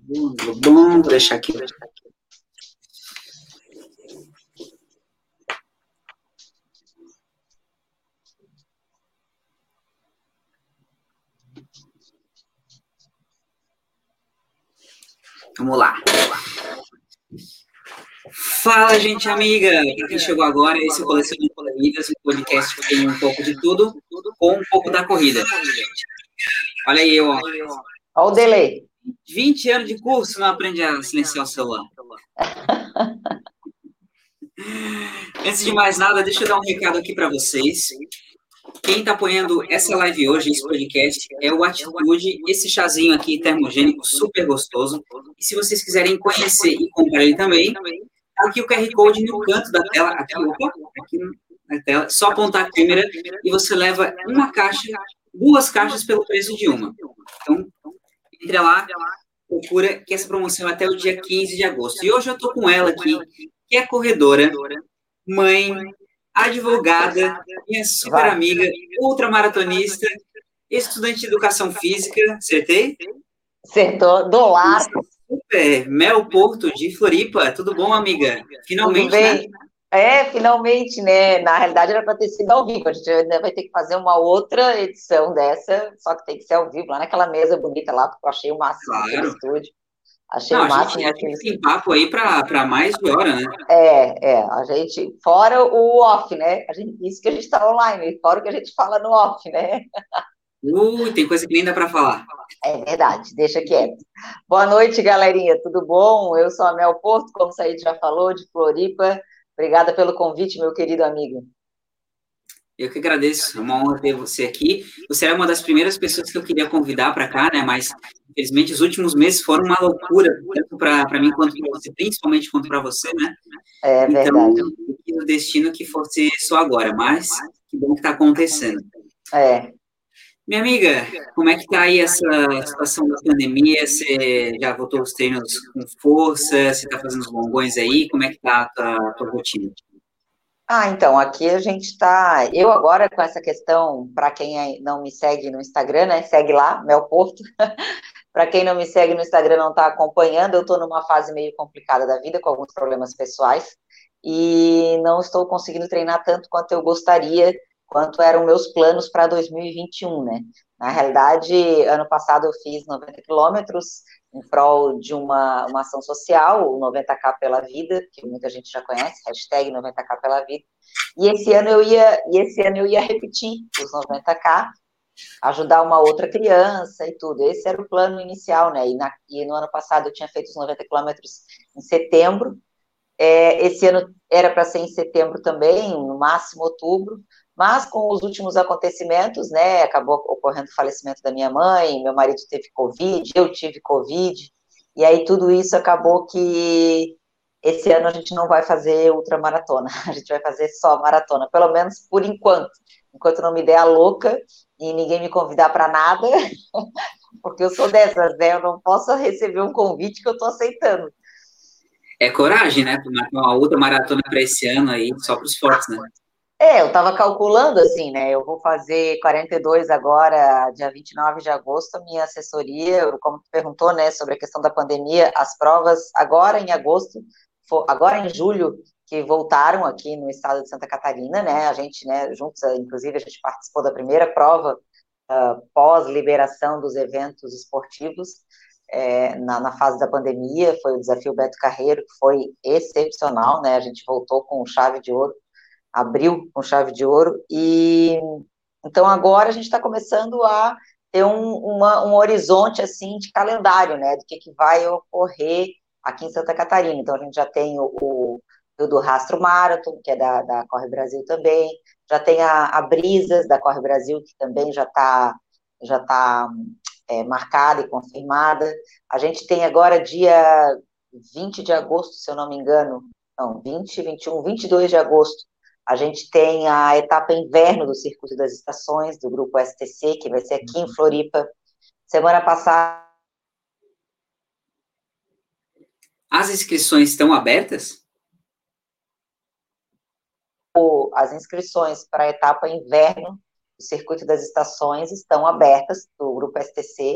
Bom, vou deixar aqui. Vamos lá. Fala, gente amiga! Para quem chegou agora, esse é o Coleção de Corridas, um podcast que tem um pouco de tudo com um pouco da corrida. Olha aí, ó. Olha o delay. 20 anos de curso, não aprende a silenciar o celular. Antes de mais nada, deixa eu dar um recado aqui para vocês. Quem está apoiando essa live hoje, esse podcast, é o Atitude, esse chazinho aqui termogênico super gostoso. E se vocês quiserem conhecer e comprar ele também, tá aqui o QR Code no canto da tela, aqui na tela, só apontar a câmera e você leva uma caixa, 2 caixas pelo preço de uma. Então, entre lá, procura que essa promoção é até o dia 15 de agosto. E hoje eu estou com ela aqui, que é corredora, mãe, advogada, minha super amiga, ultramaratonista, estudante de educação física, acertei? Acertou, do lar. Super, Mel Porto, de Floripa, tudo bom, amiga? Finalmente, tudo bem? Né? Finalmente, né? Na realidade era para ter sido ao vivo, a gente ainda vai ter que fazer uma outra edição dessa, só que tem que ser ao vivo, lá naquela mesa bonita lá, porque eu achei o máximo aquele estúdio. Achei o máximo aquele estúdio. Tem papo aí para mais de hora, né? A gente, fora o off, né? Isso que a gente está online, fora o que a gente fala no off, né? Tem coisa que nem dá para falar. É verdade, deixa quieto. Boa noite, galerinha, tudo bom? Eu sou a Mel Porto, como o Said já falou, de Floripa. Obrigada pelo convite, meu querido amigo. Eu que agradeço, é uma honra ter você aqui. Você é uma das primeiras pessoas que eu queria convidar para cá, né? Mas, infelizmente, os últimos meses foram uma loucura, tanto para mim quanto para você, principalmente quanto para você, né? É verdade. Então, eu quis o destino que fosse só agora, mas que bom que está acontecendo. Minha amiga, como é que tá aí essa situação da pandemia? Você já voltou aos treinos com força? Você está fazendo os longões aí? Como é que tá a tua rotina? Então, aqui a gente está. Eu agora com essa questão, para quem não me segue no Instagram, né? Segue lá, Mel Porto. Para quem não me segue no Instagram, não está acompanhando, eu estou numa fase meio complicada da vida, com alguns problemas pessoais, e não estou conseguindo treinar tanto quanto eu gostaria, quanto eram meus planos para 2021, né? Na realidade, ano passado eu fiz 90 quilômetros em prol de uma ação social, o 90K pela vida, que muita gente já conhece, hashtag 90K pela vida, e esse ano eu ia repetir os 90K, ajudar uma outra criança e tudo. Esse era o plano inicial, né? E no ano passado eu tinha feito os 90 quilômetros em setembro. Esse ano era para ser em setembro também, no máximo outubro, mas com os últimos acontecimentos, né? Acabou ocorrendo o falecimento da minha mãe, meu marido teve Covid, eu tive Covid, e aí tudo isso acabou que esse ano a gente não vai fazer ultramaratona, a gente vai fazer só maratona, pelo menos por enquanto não me der a louca e ninguém me convidar para nada, porque eu sou dessas, né? Eu não posso receber um convite que eu estou aceitando. É coragem, né? Uma outra maratona para esse ano aí, só para os fortes, né? Eu estava calculando assim, né? Eu vou fazer 42 agora, dia 29 de agosto. A minha assessoria, como tu perguntou, né, sobre a questão da pandemia, as provas agora em agosto, agora em julho, que voltaram aqui no estado de Santa Catarina, né? A gente, né, juntos, inclusive, a gente participou da primeira prova pós-liberação dos eventos esportivos. Na fase da pandemia, foi o desafio Beto Carreiro, que foi excepcional, né? A gente voltou com chave de ouro, abriu com chave de ouro, e então agora a gente está começando a ter um horizonte assim de calendário, né, do que vai ocorrer aqui em Santa Catarina. Então a gente já tem o do Rastro Marathon, que é da Corre Brasil também, já tem a Brisas da Corre Brasil, que também já tá marcada e confirmada. A gente tem agora dia 20 de agosto, se eu não me engano, não, 20, 21, 22 de agosto, a gente tem a etapa inverno do Circuito das Estações, do Grupo STC, que vai ser aqui em Floripa. Semana passada... As inscrições estão abertas? As inscrições para a etapa inverno do Circuito das Estações estão abertas, do Grupo STC,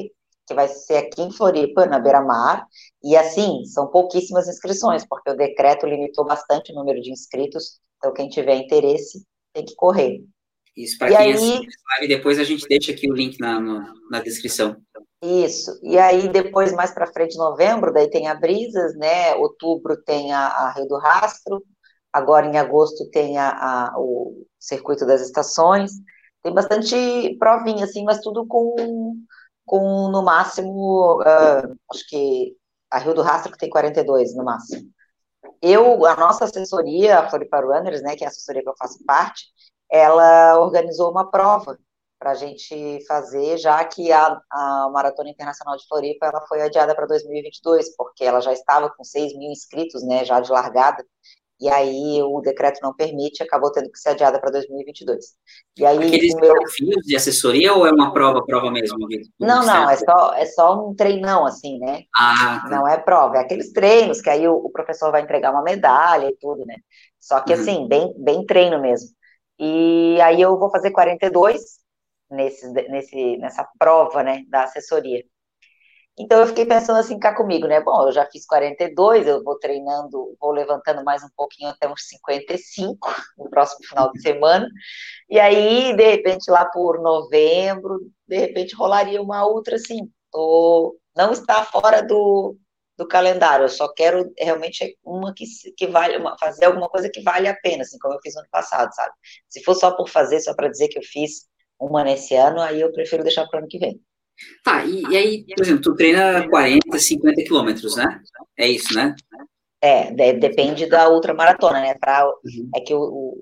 que vai ser aqui em Floripa, na Beira-Mar, e assim, são pouquíssimas inscrições, porque o decreto limitou bastante o número de inscritos, então quem tiver interesse tem que correr. Isso, para E quem assiste aí, a live, depois a gente deixa aqui o link na descrição. isso, e aí depois, mais para frente, novembro, daí tem a Brisas, né, outubro tem a Rio do Rastro, agora em agosto tem o Circuito das Estações, tem bastante provinha, assim, mas tudo com no máximo, acho que a Rio do Rastro que tem 42 no máximo. A nossa assessoria, a Floripa Runners, né, que é a assessoria que eu faço parte, ela organizou uma prova para a gente fazer, já que a Maratona Internacional de Floripa ela foi adiada para 2022, porque ela já estava com 6 mil inscritos, né, já de largada, e aí o decreto não permite, acabou tendo que ser adiada para 2022. E aí Aqueles o meu... desafios de assessoria ou é uma prova mesmo, Vitor? Não, é só um treinão, assim, né? Ah, tá. Não é prova, é aqueles treinos que aí o professor vai entregar uma medalha e tudo, né? Só que Uhum. assim, bem treino mesmo. E aí eu vou fazer 42 nessa prova, né, da assessoria. Então eu fiquei pensando assim cá comigo, né? Bom, eu já fiz 42, eu vou treinando, vou levantando mais um pouquinho até uns 55 no próximo final de semana. E aí, de repente, lá por novembro, de repente rolaria uma outra assim. Não está fora do calendário, eu só quero realmente uma que vale, fazer alguma coisa que vale a pena, assim, como eu fiz no ano passado, sabe? Se for só por fazer, só para dizer que eu fiz uma nesse ano, aí eu prefiro deixar para o ano que vem. Tá, e aí, por exemplo, tu treina 40, 50 quilômetros, né? É isso, né? Depende da ultramaratona, né? Uhum. É que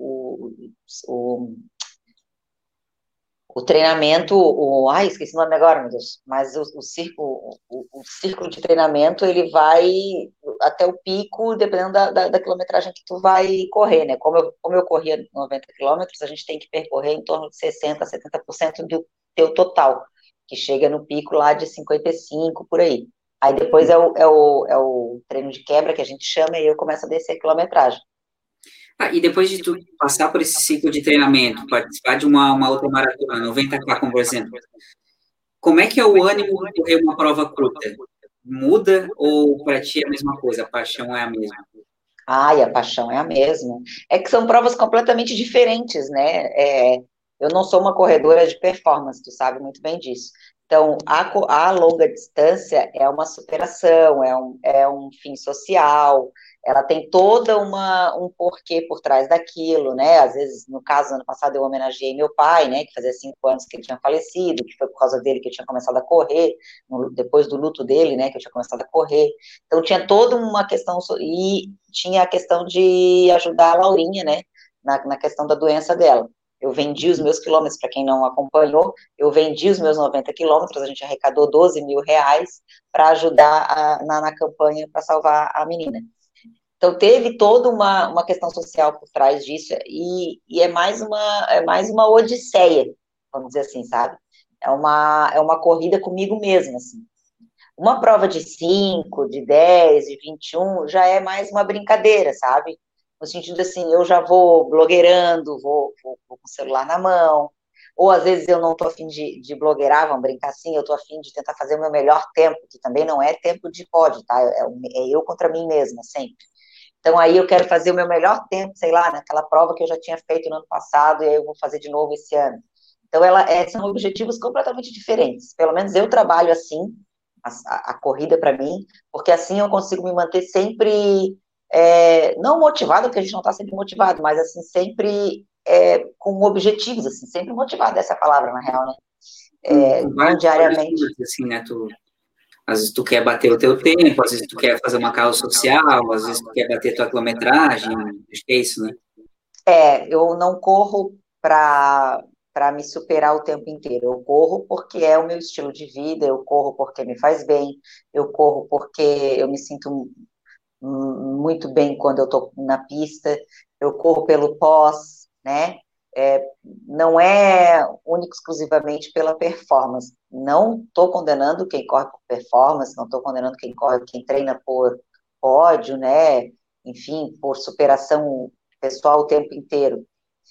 o, o treinamento, esqueci o nome agora, meu Deus, mas o círculo de treinamento, ele vai até o pico, dependendo da quilometragem que tu vai correr, né? Como eu corria 90 quilômetros, a gente tem que percorrer em torno de 60% a 70% do teu total, que chega no pico lá de 55, por aí. Aí depois é o treino de quebra, que a gente chama, e eu começo a descer a quilometragem. Ah, e depois de tu passar por esse ciclo de treinamento, participar de uma outra maratona, 90K, como por exemplo, como é que é o ânimo de correr uma prova curta? Muda ou para ti é a mesma coisa, a paixão é a mesma? Ai, a paixão é a mesma. É que são provas completamente diferentes, né? Eu não sou uma corredora de performance, tu sabe muito bem disso. Então, a longa distância é uma superação, é um fim social, ela tem toda um porquê por trás daquilo, né? Às vezes, no caso, ano passado eu homenageei meu pai, né? Que fazia 5 anos que ele tinha falecido, que foi por causa dele que eu tinha começado a correr, depois do luto dele, né? Que eu tinha começado a correr. Então, tinha toda uma questão, e tinha a questão de ajudar a Laurinha, né, na questão da doença dela. Eu vendi os meus quilômetros, para quem não acompanhou, eu vendi os meus 90 quilômetros, a gente arrecadou 12 mil reais para ajudar na campanha para salvar a menina. Então, teve toda uma questão social por trás disso, e é mais uma odisseia, vamos dizer assim, sabe? É uma corrida comigo mesma, assim. Uma prova de 5, de 10, de 21 já é mais uma brincadeira, sabe? No sentido assim, eu já vou blogueirando, vou com o celular na mão, ou às vezes eu não estou afim de blogueirar, vamos brincar assim, eu estou afim de tentar fazer o meu melhor tempo, que também não é tempo de pódio, tá? É eu contra mim mesma, sempre. Então aí eu quero fazer o meu melhor tempo, sei lá, naquela prova que eu já tinha feito no ano passado, e aí eu vou fazer de novo esse ano. Então são objetivos completamente diferentes. Pelo menos eu trabalho assim, a corrida para mim, porque assim eu consigo me manter sempre, não motivado, porque a gente não está sempre motivado, mas assim, sempre com objetivos, assim, sempre motivado, essa é a palavra, na real, né? Com Não vários diariamente. objetivos, assim, né? Às vezes tu quer bater o teu tempo, às vezes tu quer fazer uma causa social, às vezes tu quer bater tua quilometragem, acho que é isso, né? Eu não corro para me superar o tempo inteiro. Eu corro porque é o meu estilo de vida, eu corro porque me faz bem, eu corro porque eu me sinto muito bem quando eu estou na pista, eu corro pelo pós, né? Não é único exclusivamente pela performance. Não estou condenando quem corre por performance, não estou condenando quem treina por pódio, né? Enfim, por superação pessoal o tempo inteiro.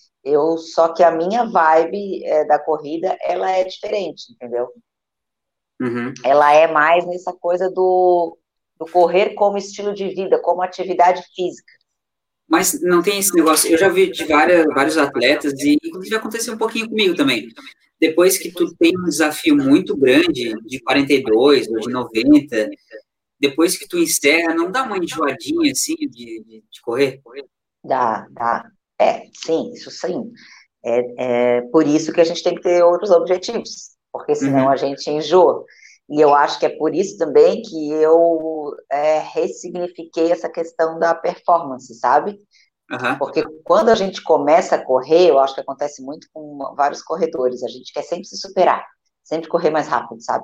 Só que a minha vibe da corrida, ela é diferente, entendeu? Uhum. Ela é mais nessa coisa do correr como estilo de vida, como atividade física. Mas não tem esse negócio. Eu já vi de vários atletas, e inclusive aconteceu um pouquinho comigo também. Depois que tu tem um desafio muito grande, de 42 ou de 90, depois que tu encerra, não dá uma enjoadinha assim de correr? Dá. Sim, isso sim. É por isso que a gente tem que ter outros objetivos, porque senão a Uhum. gente enjoa. E eu acho que é por isso também que eu ressignifiquei essa questão da performance, sabe? Aham. Porque quando a gente começa a correr, eu acho que acontece muito com vários corredores, a gente quer sempre se superar, sempre correr mais rápido, sabe?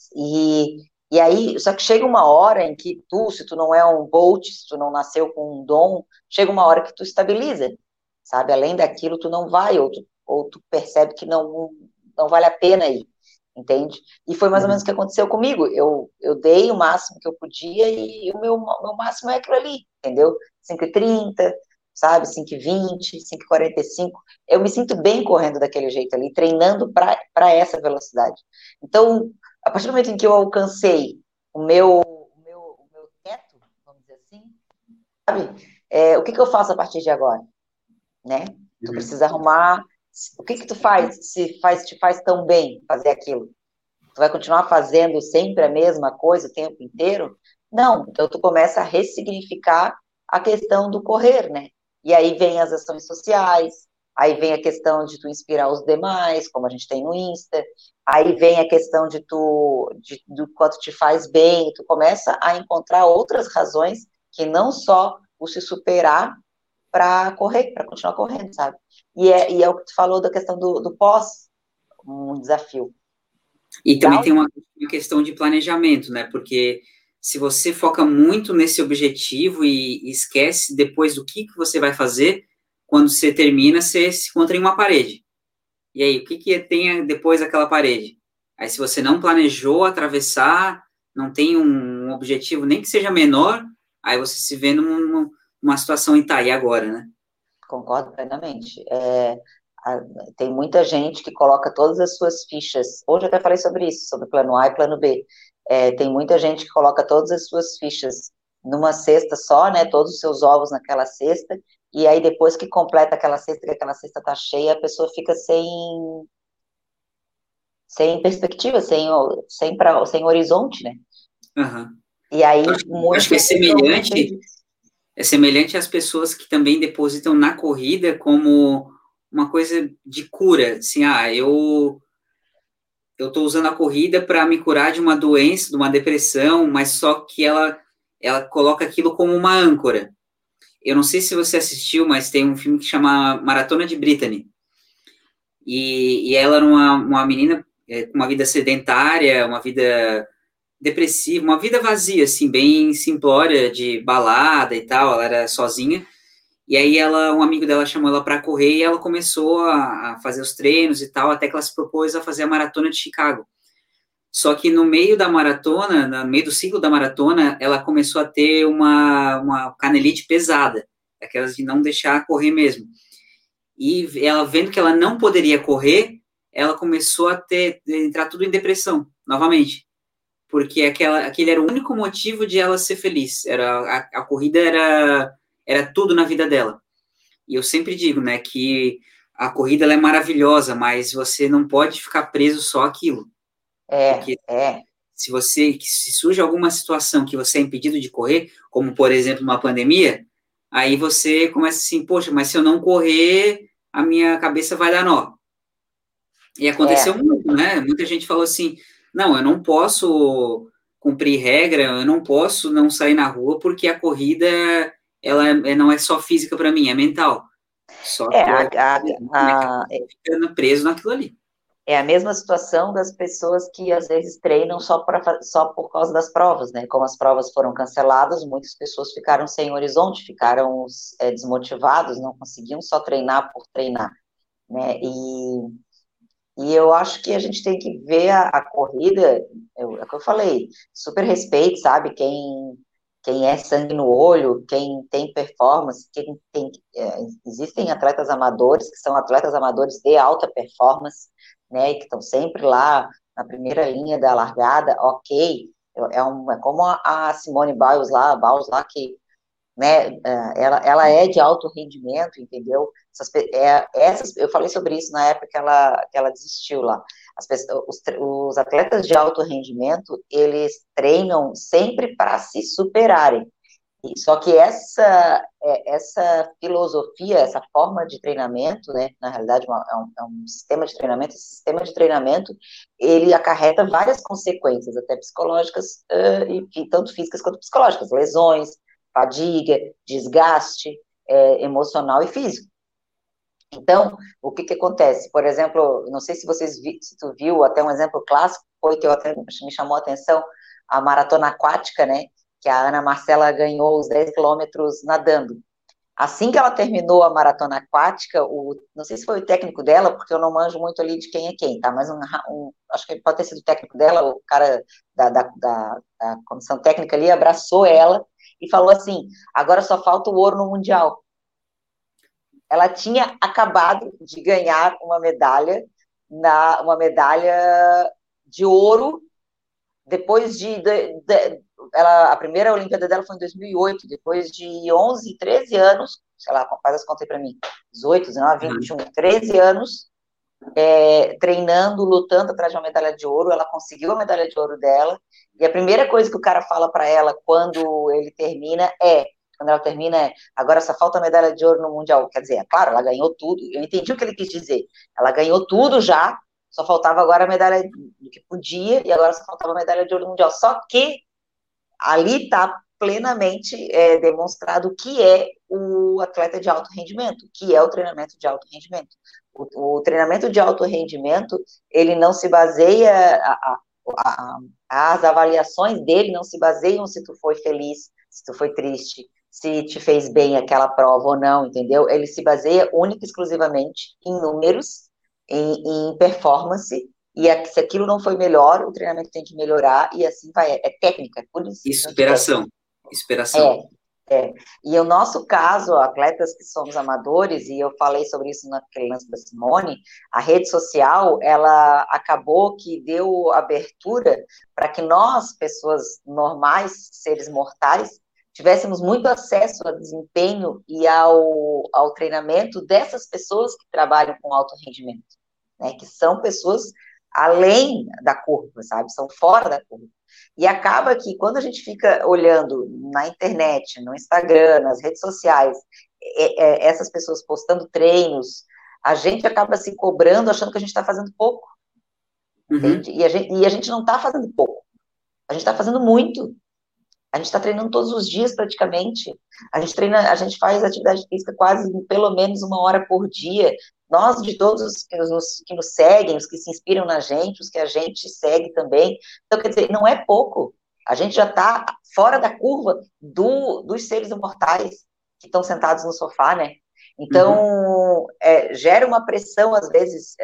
E aí, só que chega uma hora em que tu, se tu não é um Bolt, se tu não nasceu com um dom, chega uma hora que tu estabiliza, sabe? Além daquilo, tu não vai, ou tu percebe que não vale a pena ir, entende? E foi mais ou menos o Uhum. que aconteceu comigo. Eu dei o máximo que eu podia e o meu máximo é aquilo ali, entendeu? 5h30, sabe? 5h20, 5h45. Eu me sinto bem correndo daquele jeito ali, treinando para essa velocidade. Então, a partir do momento em que eu alcancei o meu teto, vamos dizer assim, sabe? O que eu faço a partir de agora, né? Tu Uhum. precisa arrumar. O que tu faz se te faz tão bem fazer aquilo? Tu vai continuar fazendo sempre a mesma coisa o tempo inteiro? Não. Então tu começa a ressignificar a questão do correr, né? E aí vem as ações sociais, aí vem a questão de tu inspirar os demais, como a gente tem no Insta, aí vem a questão do quanto te faz bem, tu começa a encontrar outras razões que não só o se superar para correr, para continuar correndo, sabe? E é o que tu falou da questão do pós, um desafio. E Dá também tem uma questão de planejamento, né? Porque se você foca muito nesse objetivo e esquece depois do que você vai fazer, quando você termina, você se encontra em uma parede. E aí, o que tem depois daquela parede? Aí, se você não planejou atravessar, não tem um objetivo, nem que seja menor, aí você se vê numa situação e tá, e agora, né? Concordo plenamente. A- Tem muita gente que coloca todas as suas fichas. Hoje eu até falei sobre isso, sobre plano A e plano B. Tem muita gente que coloca todas as suas fichas numa cesta só, né? Todos os seus ovos naquela cesta. E aí depois que completa aquela cesta, que aquela cesta tá cheia, a pessoa fica sem perspectiva, sem horizonte, né? Aham. E aí Acho que muitos ficam perdidos. é semelhante às pessoas que também depositam na corrida como uma coisa de cura, assim, eu estou usando a corrida para me curar de uma doença, de uma depressão, mas só que ela coloca aquilo como uma âncora. Eu não sei se você assistiu, mas tem um filme que chama Maratona de Brittany. E ela era uma menina com uma vida sedentária, uma vida depressiva, uma vida vazia, assim, bem simplória, de balada e tal. Ela era sozinha. E aí um amigo dela chamou ela para correr e ela começou a fazer os treinos e tal, até que ela se propôs a fazer a maratona de Chicago. Só que no meio da maratona, no meio do ciclo da maratona, ela começou a ter uma canelite pesada, aquelas de não deixar correr mesmo. E ela vendo que ela não poderia correr, ela começou a entrar tudo em depressão, novamente. Porque aquele era o único motivo de ela ser feliz. A corrida era tudo na vida dela. E eu sempre digo, né, que a corrida ela é maravilhosa, mas você não pode ficar preso só àquilo. É, Porque é, se surge alguma situação que você é impedido de correr, como por exemplo uma pandemia, aí você começa assim, poxa, mas se eu não correr, a minha cabeça vai dar nó. E aconteceu é. muito, né? Muita gente falou assim, não, eu não posso cumprir regra, eu não posso não sair na rua porque a corrida ela não é só física para mim, é mental. Só É, que a, é, né, que a a, pessoa fica preso naquilo ali. É a mesma situação das pessoas que às vezes treinam só por causa das provas, né? Como as provas foram canceladas, muitas pessoas ficaram sem horizonte, ficaram desmotivados, não conseguiam só treinar por treinar, né? E eu acho que a gente tem que ver a corrida, é o que eu falei, super respeito, sabe? Quem é sangue no olho, quem tem performance, existem atletas amadores que são atletas amadores de alta performance, né? E que estão sempre lá. na primeira linha da largada, ok, é como a Simone Biles lá, que, né, ela é de alto rendimento, entendeu? Eu falei sobre isso na época que ela desistiu lá. Os atletas de alto rendimento, eles treinam sempre para se superarem. Só que essa filosofia, essa forma de treinamento, né, na realidade é um sistema de treinamento, esse sistema de treinamento, ele acarreta várias consequências, até psicológicas, e tanto físicas quanto psicológicas, lesões, fadiga, desgaste, emocional e físico. Então, o que acontece? Por exemplo, não sei se tu viu, até um exemplo clássico, foi que até me chamou a atenção, a maratona aquática, né, que a Ana Marcela ganhou os 10 quilômetros nadando. Assim que ela terminou a maratona aquática, não sei se foi o técnico dela, porque eu não manjo muito ali de quem é quem, tá? Mas acho que pode ter sido o técnico dela, o cara da comissão técnica ali, abraçou ela e falou assim, agora só falta o ouro no Mundial. Ela tinha acabado de ganhar uma medalha de ouro depois a primeira Olimpíada dela foi em 2008, depois de 11, 13 anos, sei lá, faz as contas aí para mim, 18, 19, 20, 21, 13 anos, treinando, lutando atrás de uma medalha de ouro, ela conseguiu a medalha de ouro dela, e a primeira coisa que o cara fala para ela quando ela termina agora só falta a medalha de ouro no Mundial, quer dizer, claro, ela ganhou tudo, eu entendi o que ele quis dizer, ela ganhou tudo já, só faltava agora a medalha do que podia, e agora só faltava a medalha de ouro mundial. Só que ali está plenamente demonstrado o que é o atleta de alto rendimento, que é o treinamento de alto rendimento. O treinamento de alto rendimento, ele não se baseia, as avaliações dele não se baseiam se tu foi feliz, se tu foi triste, se te fez bem aquela prova ou não, entendeu? Ele se baseia única e exclusivamente em números, em performance, e se aquilo não foi melhor, o treinamento tem que melhorar, e assim vai, é técnica, por isso. E superação. E o nosso caso, atletas que somos amadores, e eu falei sobre isso naquele lance da Simone, a rede social, ela acabou que deu abertura para que nós, pessoas normais, seres mortais, tivéssemos muito acesso ao desempenho e ao treinamento dessas pessoas que trabalham com alto rendimento, né, que são pessoas além da curva, sabe, são fora da curva. E acaba que quando a gente fica olhando na internet, no Instagram, nas redes sociais, essas pessoas postando treinos, a gente acaba se cobrando achando que a gente está fazendo pouco, entende? E a gente não está fazendo pouco, a gente está fazendo muito. A gente está treinando todos os dias praticamente. A gente faz atividade física quase pelo menos 1 hora por dia. Nós, de todos os que nos seguem, os que se inspiram na gente, os que a gente segue também. Então, quer dizer, não é pouco. A gente já está fora da curva dos seres imortais que estão sentados no sofá, né? Então, gera uma pressão, às vezes,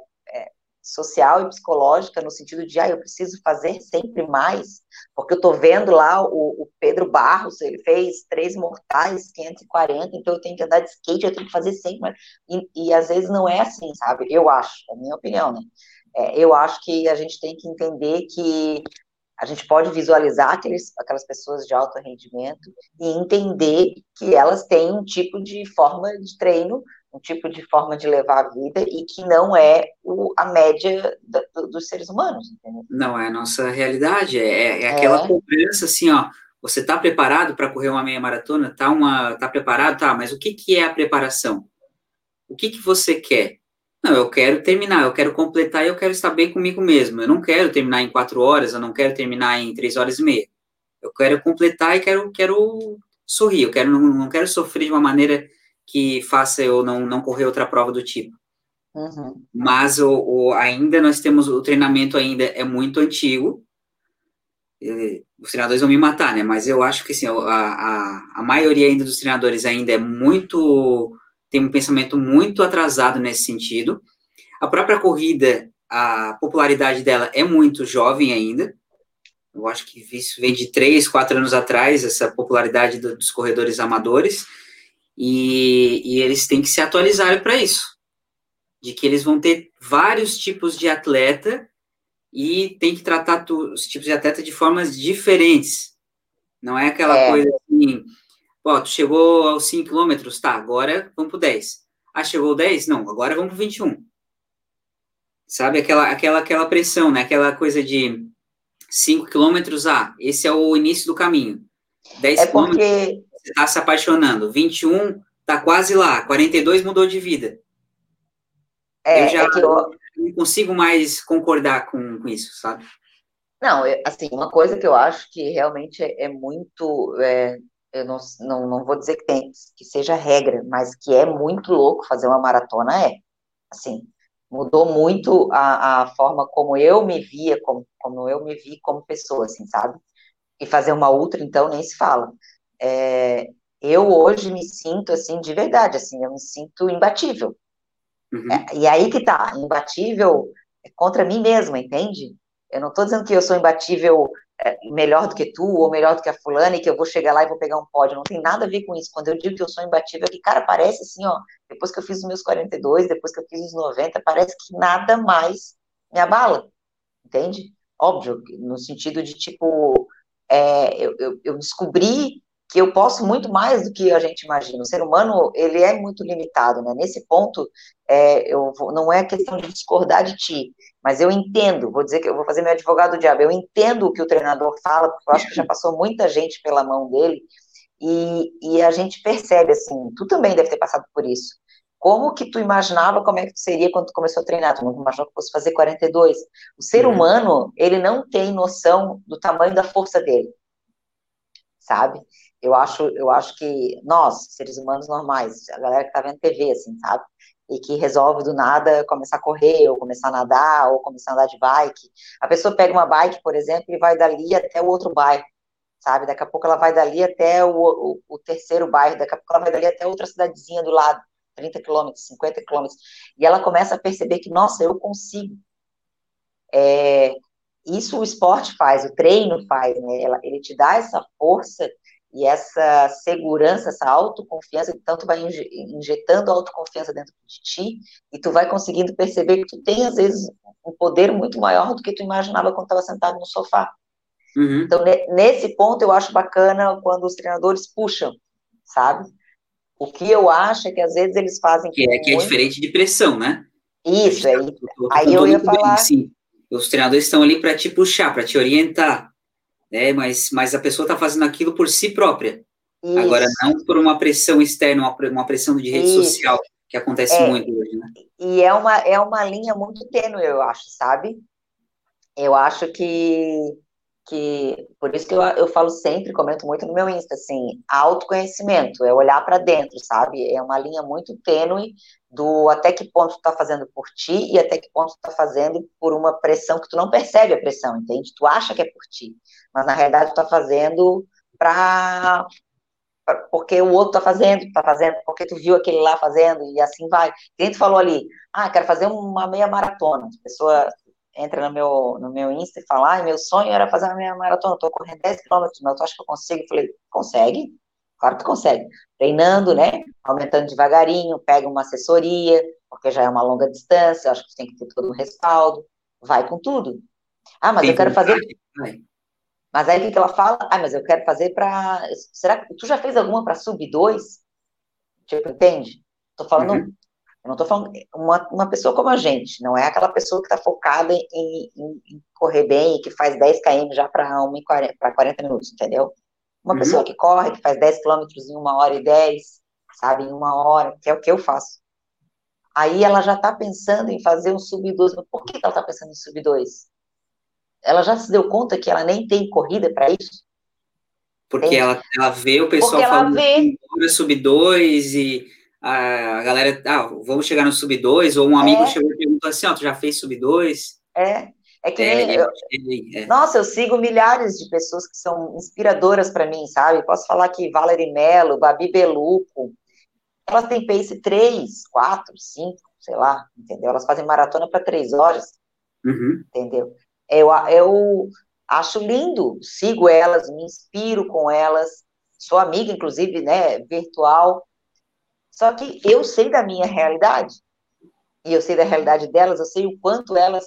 social e psicológica, no sentido de, eu preciso fazer sempre mais, porque eu estou vendo lá o Pedro Barros, ele fez 3 mortais, 540, então eu tenho que andar de skate, eu tenho que fazer sempre mais, e às vezes não é assim, sabe? Eu acho, é a minha opinião, né? Eu acho que a gente tem que entender que a gente pode visualizar aquelas pessoas de alto rendimento e entender que elas têm um tipo de forma de treino, um tipo de forma de levar a vida e que não é a média dos seres humanos, entendeu? Não é a nossa realidade, é aquela cobrança assim, ó, você está preparado para correr uma meia maratona? Tá preparado? Tá, mas o que é a preparação? O que você quer? Não, eu quero terminar, eu quero completar e eu quero estar bem comigo mesmo. Eu não quero terminar em 4 horas, eu não quero terminar em 3 horas e meia. Eu quero completar e quero sorrir, não quero sofrer de uma maneira que faça eu não correr outra prova do tipo. Mas ainda nós temos, o treinamento ainda é muito antigo, os treinadores vão me matar, né, mas eu acho que assim, a maioria ainda dos treinadores ainda tem um pensamento muito atrasado nesse sentido. A própria corrida, a popularidade dela é muito jovem ainda, eu acho que isso vem de 3, 4 anos atrás, essa popularidade dos corredores amadores, e eles têm que se atualizar para isso, de que eles vão ter vários tipos de atleta e tem que tratar os tipos de atleta de formas diferentes. Não é aquela coisa assim, ó, tu chegou aos 5 quilômetros, tá, agora vamos pro 10. Ah, chegou ao 10? Não, agora vamos pro 21. Sabe, aquela pressão, né? Aquela coisa de 5 quilômetros, esse é o início do caminho. 10 quilômetros, você está se apaixonando. 21, tá quase lá. 42 mudou de vida. Eu já não consigo mais concordar com isso, sabe? Não, assim, uma coisa que eu acho que realmente é muito... eu não vou dizer que seja regra, mas que é muito louco fazer uma maratona, assim, mudou muito a forma como eu me via, como eu me vi como pessoa, assim, sabe? E fazer uma ultra, então, nem se fala. Eu hoje me sinto, assim, de verdade, assim, eu me sinto imbatível. Uhum. E aí que tá, imbatível contra mim mesma, entende? Eu não estou dizendo que eu sou imbatível melhor do que tu, ou melhor do que a fulana, e que eu vou chegar lá e vou pegar um pódio, não tem nada a ver com isso. Quando eu digo que eu sou imbatível, é que, cara, parece assim, ó, depois que eu fiz os meus 42, depois que eu fiz os 90, parece que nada mais me abala, entende? Óbvio, no sentido de, tipo, eu descobri que eu posso muito mais do que a gente imagina. O ser humano, ele é muito limitado, né? Nesse ponto, não é questão de discordar de ti, mas eu entendo, vou dizer que eu vou fazer meu advogado do diabo, eu entendo o que o treinador fala, porque eu acho que já passou muita gente pela mão dele, e a gente percebe, assim, tu também deve ter passado por isso. Como que tu imaginava como é que tu seria quando tu começou a treinar? Tu não imaginou que fosse fazer 42? O ser humano, ele não tem noção do tamanho da força dele, sabe? Eu acho que nós, seres humanos normais, a galera que tá vendo TV, assim, sabe? E que resolve do nada começar a correr, ou começar a nadar, ou começar a andar de bike. A pessoa pega uma bike, por exemplo, e vai dali até o outro bairro, sabe? Daqui a pouco ela vai dali até o terceiro bairro, daqui a pouco ela vai dali até outra cidadezinha do lado, 30 quilômetros, 50 quilômetros. E ela começa a perceber que, nossa, eu consigo. Isso o esporte faz, o treino faz, né? Ele te dá essa força e essa segurança, essa autoconfiança, então tu vai injetando autoconfiança dentro de ti e tu vai conseguindo perceber que tu tem, às vezes, um poder muito maior do que tu imaginava quando estava sentado no sofá. Uhum. Então, nesse ponto, eu acho bacana quando os treinadores puxam, sabe? O que eu acho é que, às vezes, eles fazem Que é diferente de pressão, né? Isso, aí eu ia falar... Sim, os treinadores estão ali para te puxar, para te orientar, né? Mas a pessoa está fazendo aquilo por si própria. Isso. Agora, não por uma pressão externa, uma pressão de rede social, que acontece muito hoje, né? E é uma linha muito tênue, eu acho, sabe? Eu acho que por isso que eu falo sempre, comento muito no meu Insta, assim, autoconhecimento, é olhar para dentro, sabe? É uma linha muito tênue do até que ponto tu tá fazendo por ti e até que ponto tu tá fazendo por uma pressão que tu não percebe a pressão, entende? Tu acha que é por ti, mas na realidade tu tá fazendo porque o outro tá fazendo porque tu viu aquele lá fazendo e assim vai. Quem tu falou ali, quero fazer uma meia maratona, a pessoa entra no meu Insta e fala, meu sonho era fazer uma meia maratona, tô correndo 10 quilômetros, mas tu acha que eu consigo? Eu falei, consegue? Claro que consegue. Treinando, né, aumentando devagarinho, pega uma assessoria, porque já é uma longa distância, acho que tu tem que ter todo um respaldo, vai com tudo. Mas eu quero fazer... Mas aí o que ela fala? Mas eu quero fazer para... Será que tu já fez alguma para sub 2? Tipo, entende? Tô falando... Uhum. Eu não tô falando... Uma pessoa como a gente, não é aquela pessoa que tá focada em correr bem e que faz 10 km já para 40 minutos, entendeu? Uma pessoa que corre, que faz 10 quilômetros em 1h10, sabe? Em 1 hora, que é o que eu faço. Aí ela já tá pensando em fazer um sub 2. Mas por que ela tá pensando em sub 2? Ela já se deu conta que ela nem tem corrida para isso? Porque ela vê o pessoal falando sub 2 e a galera, vamos chegar no sub 2, ou um amigo chegou e perguntou assim, tu já fez sub 2? É que nem... Nossa, eu sigo milhares de pessoas que são inspiradoras para mim, sabe? Posso falar que Valerie Mello, Babi Beluco, elas têm pace 3, 4, 5, sei lá, entendeu? Elas fazem maratona para 3 horas, entendeu? Eu acho lindo, sigo elas, me inspiro com elas, sou amiga, inclusive, né, virtual, só que eu sei da minha realidade, e eu sei da realidade delas, eu sei o quanto elas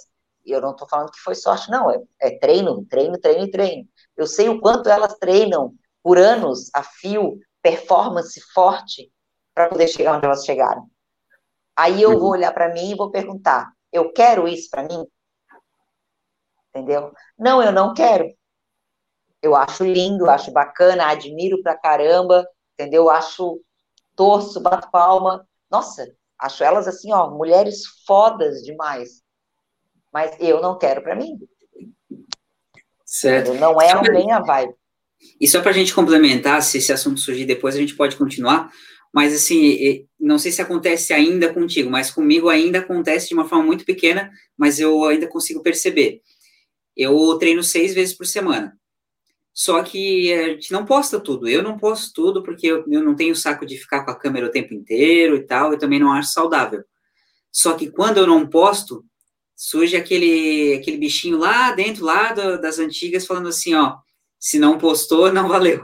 eu não estou falando que foi sorte, não, é treino, treino, treino e treino. Eu sei o quanto elas treinam por anos a fio, performance forte, para poder chegar onde elas chegaram. Aí eu vou olhar para mim e vou perguntar, eu quero isso para mim? Entendeu? Não, eu não quero. Eu acho lindo, acho bacana, admiro pra caramba, entendeu? Acho, torço, bato palma. Nossa, acho elas assim, ó, mulheres fodas demais. Mas eu não quero pra mim. Certo. Entendeu? Não é a minha vibe. E só para a gente complementar, se esse assunto surgir depois, a gente pode continuar. Mas, assim, não sei se acontece ainda contigo, mas comigo ainda acontece de uma forma muito pequena, mas eu ainda consigo perceber. Eu treino 6 vezes por semana. Só que a gente não posta tudo. Eu não posto tudo porque eu não tenho saco de ficar com a câmera o tempo inteiro e tal. Eu também não acho saudável. Só que quando eu não posto, surge aquele bichinho lá dentro, das antigas, falando assim, ó, se não postou, não valeu.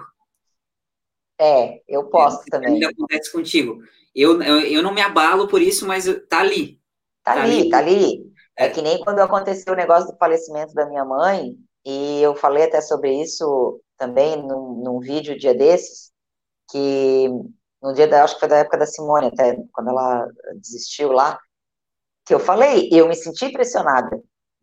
Eu posto Ainda também. acontece contigo. Eu não me abalo por isso, mas tá ali. Tá Tá ali, tá ali. ali. É É. que nem quando aconteceu o negócio do falecimento da minha mãe, e eu falei até sobre isso também num vídeo dia desses, que no dia da, acho que foi da época da Simone, até quando ela desistiu lá, que eu falei, eu me senti pressionada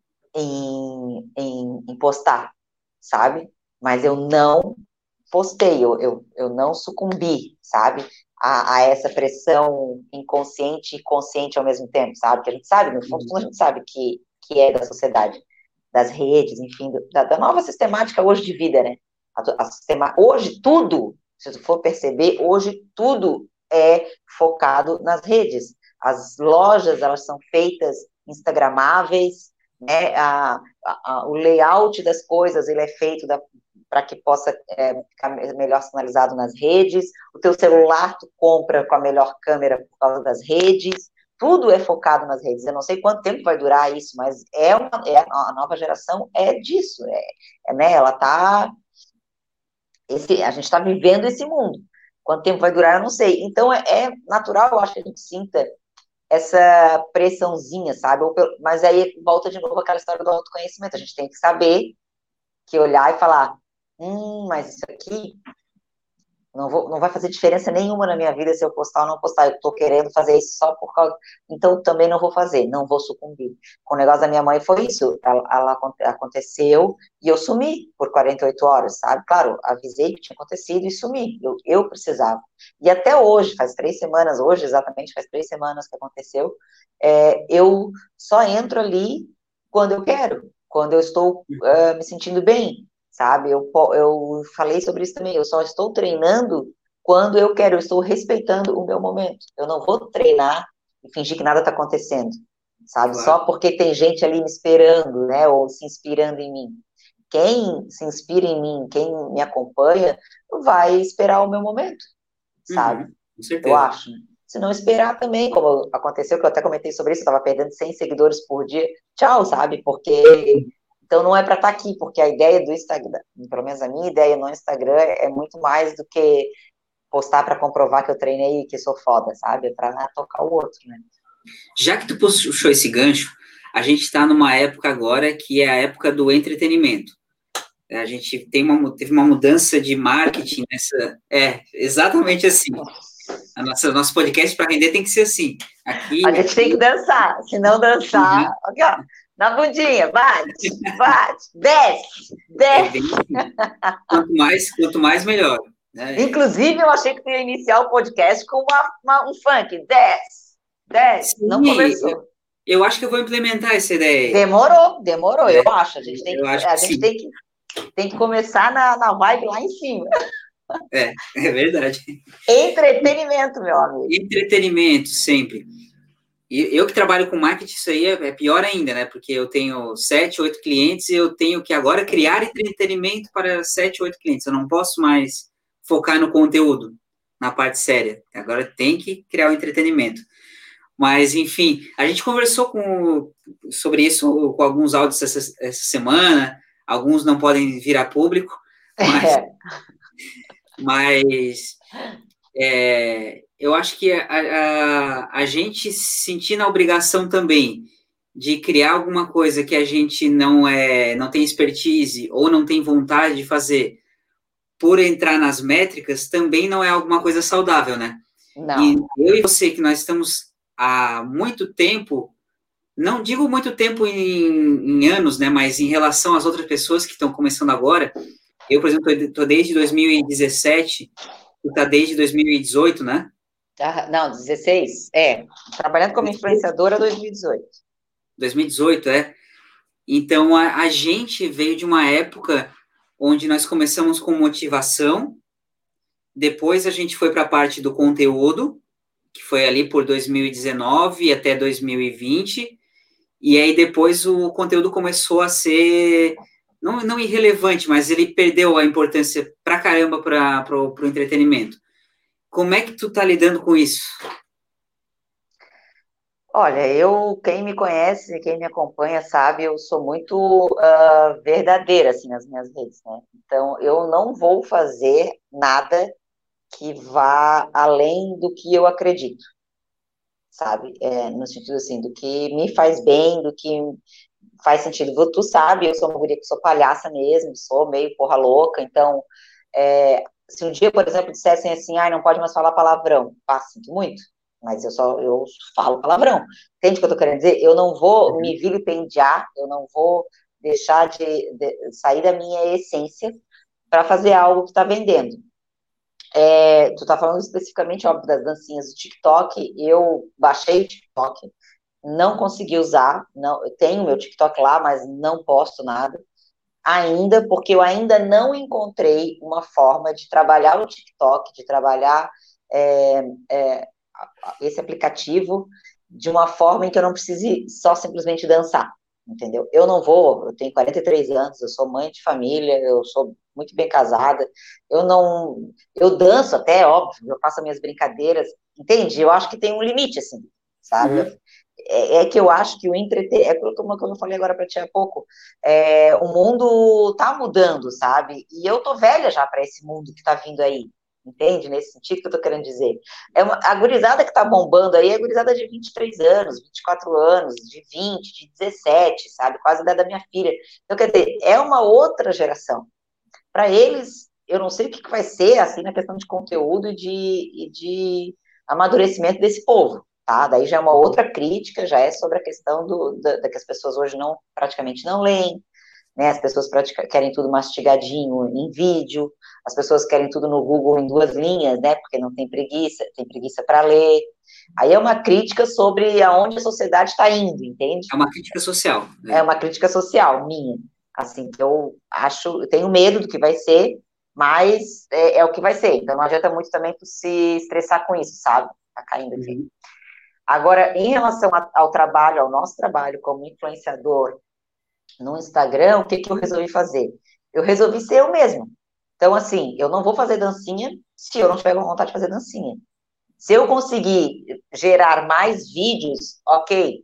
em postar, sabe? Mas eu não postei, eu não sucumbi, sabe? A essa pressão inconsciente e consciente ao mesmo tempo, sabe? Que a gente sabe, no fundo, a gente sabe que é da sociedade, das redes, enfim, da nova sistemática hoje de vida, né? Hoje tudo, se tu for perceber, hoje tudo é focado nas redes. As lojas, elas são feitas instagramáveis, né? O layout das coisas, ele é feito para que possa ficar melhor sinalizado nas redes. O teu celular tu compra com a melhor câmera por causa das redes. Tudo é focado nas redes. Eu não sei quanto tempo vai durar isso, mas a nova geração é disso. Né? Ela tá. A gente está vivendo esse mundo. Quanto tempo vai durar, eu não sei. Então, é natural, eu acho que a gente sinta essa pressãozinha, sabe? Mas aí volta de novo aquela história do autoconhecimento. A gente tem que saber, que olhar e falar, mas isso aqui não vai fazer diferença nenhuma na minha vida se eu postar ou não postar. Eu tô querendo fazer isso só por causa. Então, também não vou fazer, não vou sucumbir. Com o negócio da minha mãe foi isso. Ela aconteceu e eu sumi por 48 horas, sabe? Claro, avisei que tinha acontecido e sumi. Eu precisava. E até hoje, faz 3 semanas, hoje exatamente faz 3 semanas que aconteceu, eu só entro ali quando eu quero, quando eu estou me sentindo bem, sabe? Eu falei sobre isso também. Eu só estou treinando quando eu quero. Eu estou respeitando o meu momento. Eu não vou treinar e fingir que nada está acontecendo, sabe? Claro. Só porque tem gente ali me esperando, né? Ou se inspirando em mim. Quem se inspira em mim, quem me acompanha, vai esperar o meu momento, sabe? Com Eu certeza. acho. Se não esperar também, como aconteceu, que eu até comentei sobre isso, eu estava perdendo 100 seguidores por dia. Tchau, sabe? Porque então não é para estar aqui, porque a ideia do Instagram, pelo menos a minha ideia no Instagram é muito mais do que postar para comprovar que eu treinei e que sou foda, sabe? É para tocar o outro, né? Já que tu puxou esse gancho, a gente está numa época agora que é a época do entretenimento. A gente teve uma mudança de marketing nessa. É, exatamente assim. Nosso podcast para render tem que ser assim. A gente tem que dançar, se não dançar, Uhum. aqui, ó, na bundinha, bate, bate, desce, É bem desce. assim. Quanto mais melhor. Né? Inclusive, eu achei que ia iniciar o podcast com um funk, desce, desce, não Sim, começou. eu acho que eu vou implementar essa ideia aí. Demorou, eu É, acho. A gente tem eu que, acho a que gente sim. tem que começar na vibe lá em cima. É verdade. Entretenimento, meu amigo. Entretenimento, sempre. E eu que trabalho com marketing, isso aí é pior ainda, né? Porque eu tenho 7, 8 clientes e eu tenho que agora criar entretenimento para 7, 8 clientes. Eu não posso mais focar no conteúdo, na parte séria. Agora tem que criar o entretenimento. Mas, enfim, a gente conversou sobre isso com alguns áudios essa semana. Alguns não podem vir a público, mas, É. mas eu acho que a gente se sentir na obrigação também de criar alguma coisa que a gente não tem expertise ou não tem vontade de fazer por entrar nas métricas, também não é alguma coisa saudável, né? E Não. eu e você, que nós estamos há muito tempo, não digo muito tempo em anos, né, mas em relação às outras pessoas que estão começando agora, eu, por exemplo, estou desde 2017, tu está desde 2018, né? Não, 16. Trabalhando como influenciadora 2018. 2018, é. Então, a gente veio de uma época onde nós começamos com motivação, depois a gente foi para a parte do conteúdo, que foi ali por 2019 até 2020, e aí depois o conteúdo começou a ser, não irrelevante, mas ele perdeu a importância pra caramba para o entretenimento. Como é que tu tá lidando com isso? Olha, quem me conhece, quem me acompanha sabe, eu sou muito verdadeira, assim, nas minhas redes, né? Então, eu não vou fazer nada que vá além do que eu acredito, sabe? No sentido, assim, do que me faz bem, do que faz sentido. Tu sabe, eu sou uma guria que sou palhaça mesmo, sou meio porra louca, então, se um dia, por exemplo, dissessem assim, ai, não pode mais falar palavrão, sinto muito, mas eu falo palavrão. Entende o que eu tô querendo dizer? Eu não vou me vilipendiar, eu não vou deixar de sair da minha essência para fazer algo que está vendendo. Tu tá falando especificamente, óbvio, das dancinhas do TikTok, eu baixei o TikTok, não consegui usar, não, eu tenho meu TikTok lá, mas não posto nada ainda, porque eu ainda não encontrei uma forma de trabalhar o TikTok, de trabalhar é, é, esse aplicativo de uma forma em que eu não precise só simplesmente dançar, entendeu? Eu tenho 43 anos, eu sou mãe de família, eu sou muito bem casada, eu danço até, óbvio, eu faço minhas brincadeiras, entende? Eu acho que tem um limite, assim, sabe? Uhum. Que eu acho que o entretenimento, como eu falei agora para ti há pouco, o mundo tá mudando, sabe? E eu tô velha já para esse mundo que tá vindo aí, entende? Nesse sentido que eu tô querendo dizer. A gurizada que tá bombando aí é a gurizada de 23 anos, 24 anos, de 20, de 17, sabe? Quase a idade da minha filha. Então, quer dizer, é uma outra geração. Para eles, eu não sei o que vai ser, assim, na questão de conteúdo e de amadurecimento desse povo, tá? Daí já é uma outra crítica, já é sobre a questão da que as pessoas hoje praticamente não leem, né? As pessoas querem tudo mastigadinho em vídeo, as pessoas querem tudo no Google em 2 linhas, né? Porque não tem preguiça para ler. Aí é uma crítica sobre aonde a sociedade está indo, entende? É uma crítica social, É né? uma crítica social minha, assim, que eu tenho medo do que vai ser, mas é o que vai ser, então não adianta muito também tu se estressar com isso, sabe? Tá caindo aqui. Uhum. Agora, em relação ao trabalho, ao nosso trabalho como influenciador no Instagram, o que que eu resolvi fazer? Eu resolvi ser eu mesma. Então, assim, eu não vou fazer dancinha se eu não tiver com vontade de fazer dancinha. Se eu conseguir gerar mais vídeos, ok.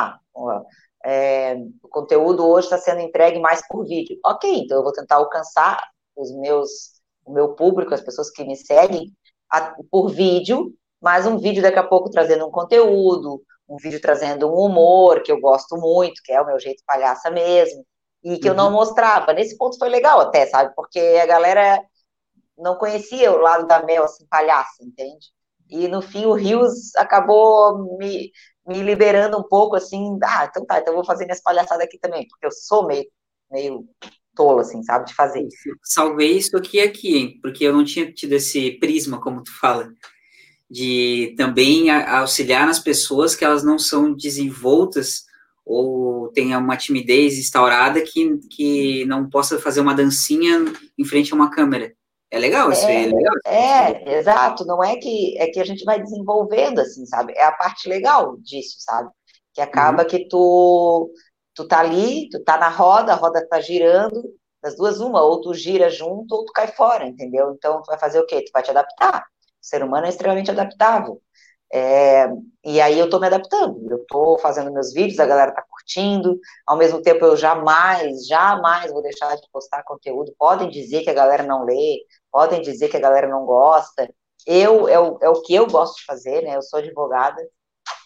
O conteúdo hoje está sendo entregue mais por vídeo. Ok, então eu vou tentar alcançar o meu público, as pessoas que me seguem, por vídeo, mas um vídeo daqui a pouco trazendo um conteúdo, um vídeo trazendo um humor, que eu gosto muito, que é o meu jeito palhaça mesmo, e que eu não Uhum. mostrava. Nesse ponto foi legal até, sabe? Porque a galera não conhecia o lado da Mel, assim, palhaça, entende? E no fim o Rios acabou me liberando um pouco, assim, então tá, então eu vou fazer minhas palhaçadas aqui também, porque eu sou meio tolo, assim, sabe, de fazer. Salvei isso aqui e aqui, hein? Porque eu não tinha tido esse prisma, como tu fala, de também auxiliar nas pessoas que elas não são desenvoltas ou tenham uma timidez instaurada que não possa fazer uma dancinha em frente a uma câmera. É legal isso, é legal. Exato, não é que a gente vai desenvolvendo, assim, sabe, é a parte legal disso, sabe, que acaba Uhum. que tu tá ali, tu tá na roda, a roda tá girando, das duas uma, ou tu gira junto ou tu cai fora, entendeu? Então tu vai fazer o quê? Tu vai te adaptar, o ser humano é extremamente adaptável, é, e aí eu tô me adaptando, eu tô fazendo meus vídeos, a galera tá curtindo, ao mesmo tempo eu jamais vou deixar de postar conteúdo, podem dizer que a galera não lê, podem dizer que a galera não gosta, é o que eu gosto de fazer, né, eu sou advogada,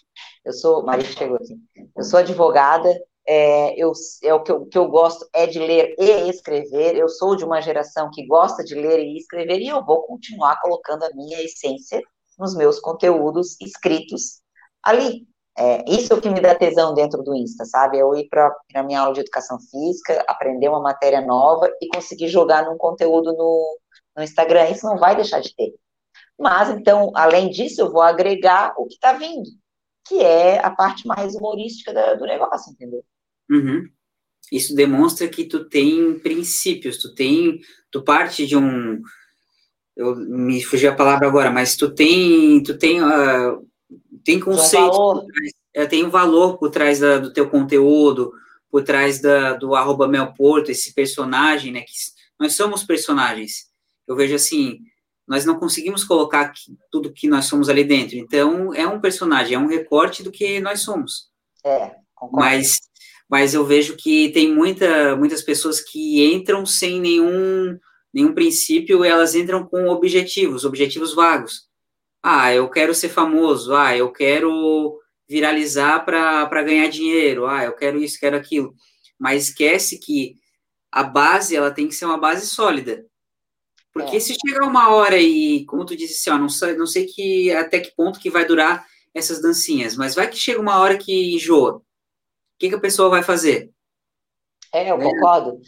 Maria chegou aqui, eu sou advogada, o que eu gosto é de ler e escrever, eu sou de uma geração que gosta de ler e escrever, e eu vou continuar colocando a minha essência nos meus conteúdos escritos ali. Isso é o que me dá tesão dentro do Insta, sabe? Eu ir para a minha aula de educação física, aprender uma matéria nova e conseguir jogar num conteúdo no Instagram. Isso não vai deixar de ter. Mas, então, além disso, eu vou agregar o que está vindo, que é a parte mais humorística do negócio, entendeu? Uhum. Isso demonstra que tu tem princípios, tu parte de um, me fugiu a palavra agora, mas tem conceito, tem um valor por trás do teu conteúdo, por trás do @melporto, esse personagem, né, que nós somos personagens. Eu vejo assim, nós não conseguimos colocar tudo que nós somos ali dentro, então é um personagem, é um recorte do que nós somos. Concordo. Mas eu vejo que tem muitas pessoas que entram sem nenhum princípio, elas entram com objetivos vagos. Ah, eu quero ser famoso, eu quero viralizar para ganhar dinheiro, eu quero isso, quero aquilo. Mas esquece que a base, ela tem que ser uma base sólida. Porque se chegar uma hora e, como tu disse assim, não sei até que ponto que vai durar essas dancinhas, mas vai que chega uma hora que enjoa. O que a pessoa vai fazer? Eu concordo.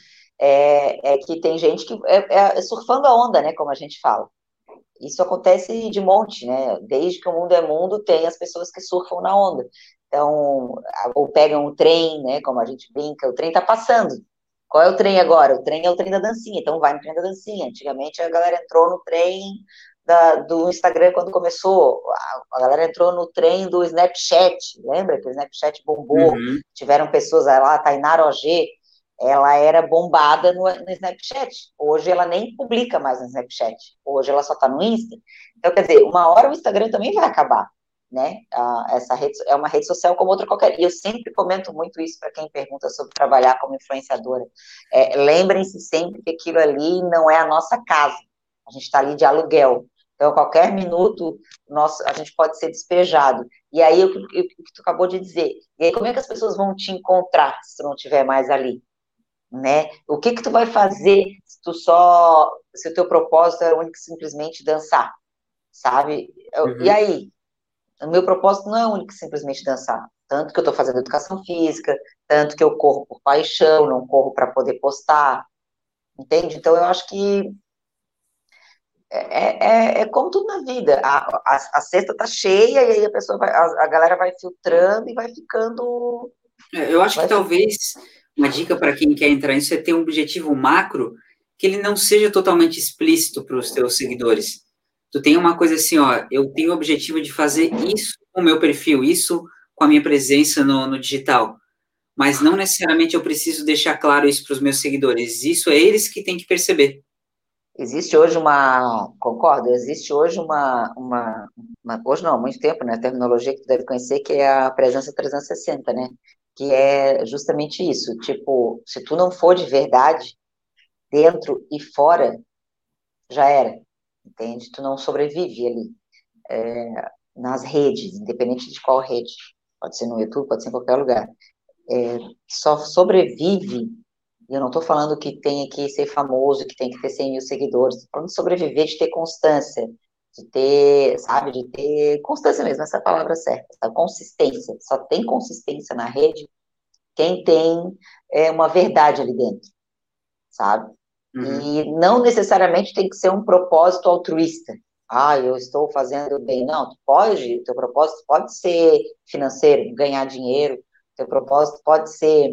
É que tem gente que é surfando a onda, né, como a gente fala. Isso acontece de monte, né? Desde que o mundo é mundo, tem as pessoas que surfam na onda. Então, ou pegam o trem, né? Como a gente brinca, o trem tá passando. Qual é o trem agora? O trem é o trem da dancinha, então vai no trem da dancinha. Antigamente a galera entrou no trem do Instagram quando começou, a galera entrou no trem do Snapchat, lembra que o Snapchat bombou? Uhum. Tiveram pessoas lá, a Tainara OG, ela era bombada no Snapchat. Hoje ela nem publica mais no Snapchat. Hoje ela só está no Insta. Então, quer dizer, uma hora o Instagram também vai acabar, né? Essa rede é uma rede social como outra qualquer. E eu sempre comento muito isso para quem pergunta sobre trabalhar como influenciadora. Lembrem-se sempre que aquilo ali não é a nossa casa. A gente está ali de aluguel. Então, a qualquer minuto, a gente pode ser despejado. E aí, o que tu acabou de dizer. E aí, como é que as pessoas vão te encontrar se tu não estiver mais ali? Né? O que tu vai fazer se o teu propósito é único simplesmente dançar, sabe? Uhum. E aí? O meu propósito não é único simplesmente dançar. Tanto que eu estou fazendo educação física, tanto que eu corro por paixão, não corro para poder postar, entende? Então, eu acho que é como tudo na vida. A cesta tá cheia e aí a galera vai filtrando e vai ficando. Eu acho que talvez uma dica para quem quer entrar nisso é ter um objetivo macro que ele não seja totalmente explícito para os teus seguidores. Tu tem uma coisa assim, eu tenho o objetivo de fazer isso com o meu perfil, isso com a minha presença no digital, mas não necessariamente eu preciso deixar claro isso para os meus seguidores, isso é eles que têm que perceber. Existe hoje concordo, existe hoje hoje não, há muito tempo, né, a terminologia que tu deve conhecer, que é a presença 360, né, que é justamente isso, tipo, se tu não for de verdade, dentro e fora, já era, entende? Tu não sobrevive ali, nas redes, independente de qual rede, pode ser no YouTube, pode ser em qualquer lugar, só sobrevive. E eu não estou falando que tem que ser famoso, que tem que ter 100 mil seguidores. Estou falando de sobreviver, de ter constância, de ter, sabe, de ter constância mesmo, essa é a palavra certa. A consistência. Só tem consistência na rede quem tem uma verdade ali dentro, sabe? Uhum. E não necessariamente tem que ser um propósito altruísta. Eu estou fazendo bem. Não, teu propósito pode ser financeiro, ganhar dinheiro, teu propósito pode ser,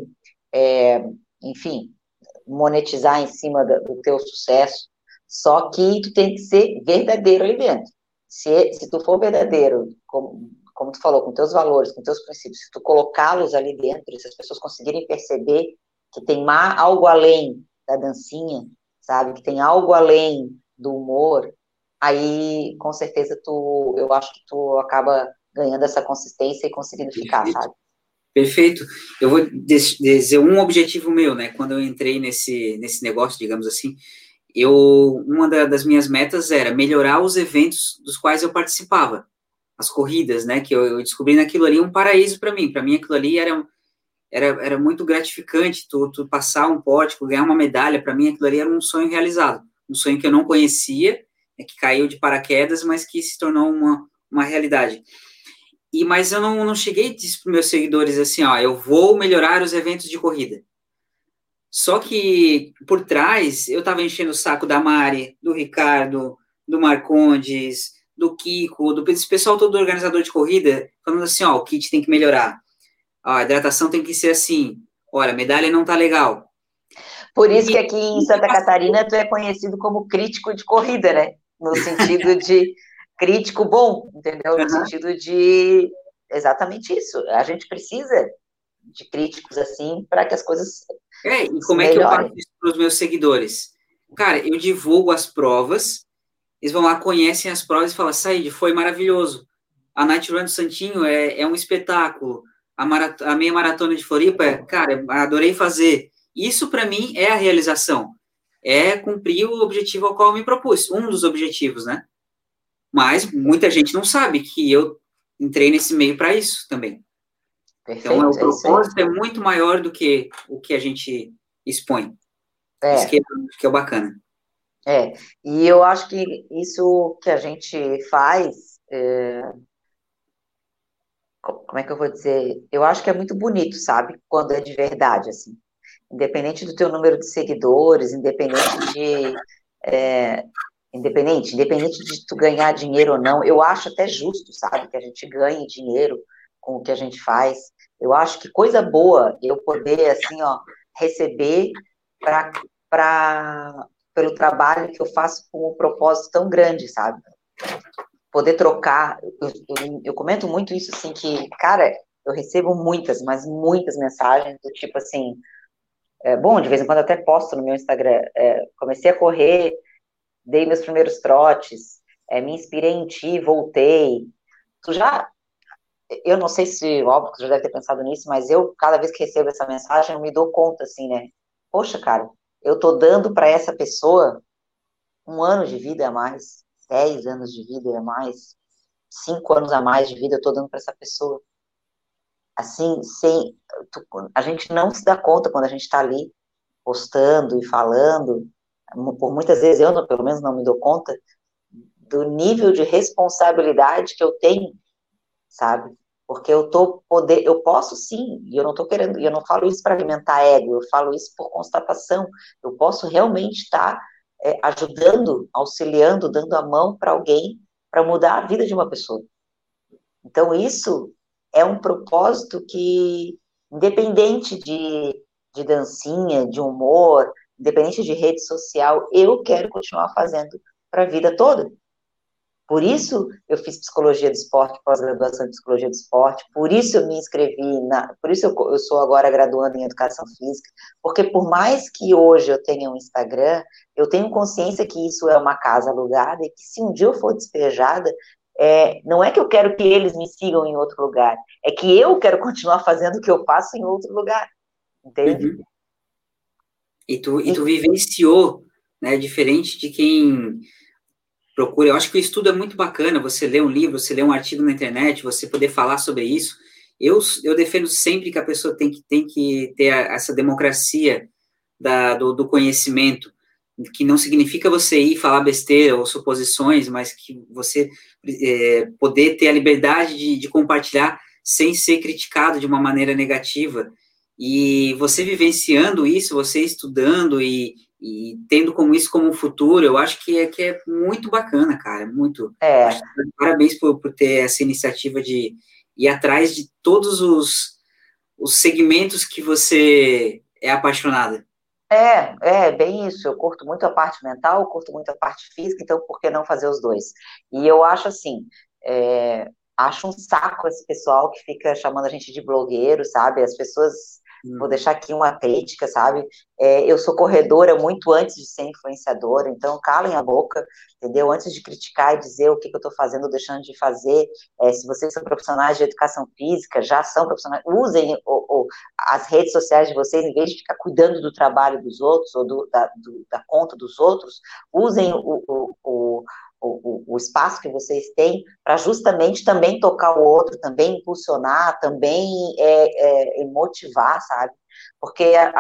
enfim, monetizar em cima do teu sucesso, só que tu tem que ser verdadeiro ali dentro. Se tu for verdadeiro, como tu falou, com teus valores, com teus princípios, se tu colocá-los ali dentro, se as pessoas conseguirem perceber que tem algo além da dancinha, sabe, que tem algo além do humor, aí, com certeza, eu acho que tu acaba ganhando essa consistência e conseguindo ficar, sabe? Perfeito. Eu vou dizer um objetivo meu, né? Quando eu entrei nesse negócio, digamos assim, uma das minhas metas era melhorar os eventos dos quais eu participava. as corridas, né? Que eu descobri naquilo ali um paraíso para mim. Para mim, aquilo ali era muito gratificante, tu passar um pódio, ganhar uma medalha, para mim aquilo ali era um sonho realizado, um sonho que eu não conhecia, que caiu de paraquedas, mas que se tornou uma realidade. Mas eu não cheguei e disse para os meus seguidores assim, ó, eu vou melhorar os eventos de corrida. Só que por trás eu estava enchendo o saco da Mari, do Ricardo, do Marcondes, do Kiko, desse pessoal todo organizador de corrida, falando assim, ó, o kit tem que melhorar. A hidratação tem que ser assim. Olha, a medalha não tá legal. Por isso que aqui em Santa Catarina tu é conhecido como crítico de corrida, né? No sentido de crítico bom, entendeu? No sentido de exatamente isso. A gente precisa de críticos assim para que as coisas e como é que eu faço isso para os meus seguidores? Cara, eu divulgo as provas, eles vão lá, conhecem as provas e falam, Said, foi maravilhoso. A Night Run do Santinho é um espetáculo. A meia maratona de Floripa, cara, adorei fazer. Isso, para mim, é a realização. É cumprir o objetivo ao qual eu me propus. Um dos objetivos, né? Mas muita gente não sabe que eu entrei nesse meio para isso também. Perfeito, então, o propósito é muito maior do que o que a gente expõe. Isso que é o bacana. E eu acho que isso que a gente faz... Como é que eu vou dizer? Eu acho que é muito bonito, sabe? Quando é de verdade, assim. Independente do teu número de seguidores, independente de tu ganhar dinheiro ou não, eu acho até justo, sabe? Que a gente ganhe dinheiro com o que a gente faz. Eu acho que coisa boa eu poder, assim, ó, receber pelo trabalho que eu faço com um propósito tão grande, sabe? Poder trocar, eu comento muito isso, assim, que, cara, eu recebo muitas, mas muitas mensagens do tipo, assim, bom, de vez em quando eu até posto no meu Instagram, comecei a correr, dei meus primeiros trotes, me inspirei em ti, voltei, eu não sei se, óbvio que tu já deve ter pensado nisso, mas eu, cada vez que recebo essa mensagem, eu me dou conta, assim, né, poxa, cara, eu tô dando para essa pessoa 1 ano de vida a mais, 10 anos de vida a mais, 5 anos a mais de vida eu tô dando para essa pessoa. Assim, a gente não se dá conta quando a gente está ali postando e falando, por muitas vezes eu, pelo menos, não me dou conta do nível de responsabilidade que eu tenho, sabe? Porque eu posso sim, e eu não tô querendo, e eu não falo isso para alimentar ego, eu falo isso por constatação, eu posso realmente estar ajudando, auxiliando, dando a mão para alguém para mudar a vida de uma pessoa. Então, isso é um propósito que, independente de dancinha, de humor, independente de rede social, eu quero continuar fazendo para a vida toda. Por isso eu fiz psicologia do esporte, pós-graduação em psicologia do esporte, por isso eu me inscrevi, por isso eu sou agora graduando em educação física, porque por mais que hoje eu tenha um Instagram, eu tenho consciência que isso é uma casa alugada e que se um dia eu for despejada, não é que eu quero que eles me sigam em outro lugar, é que eu quero continuar fazendo o que eu faço em outro lugar, entende? Uhum. E tu vivenciou, né, diferente de quem procura. Eu acho que o estudo é muito bacana, você lê um livro, você lê um artigo na internet, você poder falar sobre isso. Eu defendo sempre que a pessoa tem que ter essa democracia do conhecimento, que não significa você ir falar besteira ou suposições, mas que você poder ter a liberdade de compartilhar sem ser criticado de uma maneira negativa. E você vivenciando isso, você estudando e tendo como isso como um futuro, eu acho que é muito bacana, cara, muito. Parabéns por ter essa iniciativa de ir atrás de todos os segmentos que você é apaixonada. Bem isso, eu curto muito a parte mental, eu curto muito a parte física, então por que não fazer os dois? E eu acho assim, acho um saco esse pessoal que fica chamando a gente de blogueiro, sabe? As pessoas, vou deixar aqui uma crítica, sabe? Eu sou corredora muito antes de ser influenciadora, então calem a boca, entendeu? Antes de criticar e dizer o que eu estou fazendo ou deixando de fazer, se vocês são profissionais de educação física, já são profissionais, usem as redes sociais de vocês, em vez de ficar cuidando do trabalho dos outros ou da conta dos outros, usem o espaço que vocês têm para justamente também tocar o outro, também impulsionar, também motivar, sabe? Porque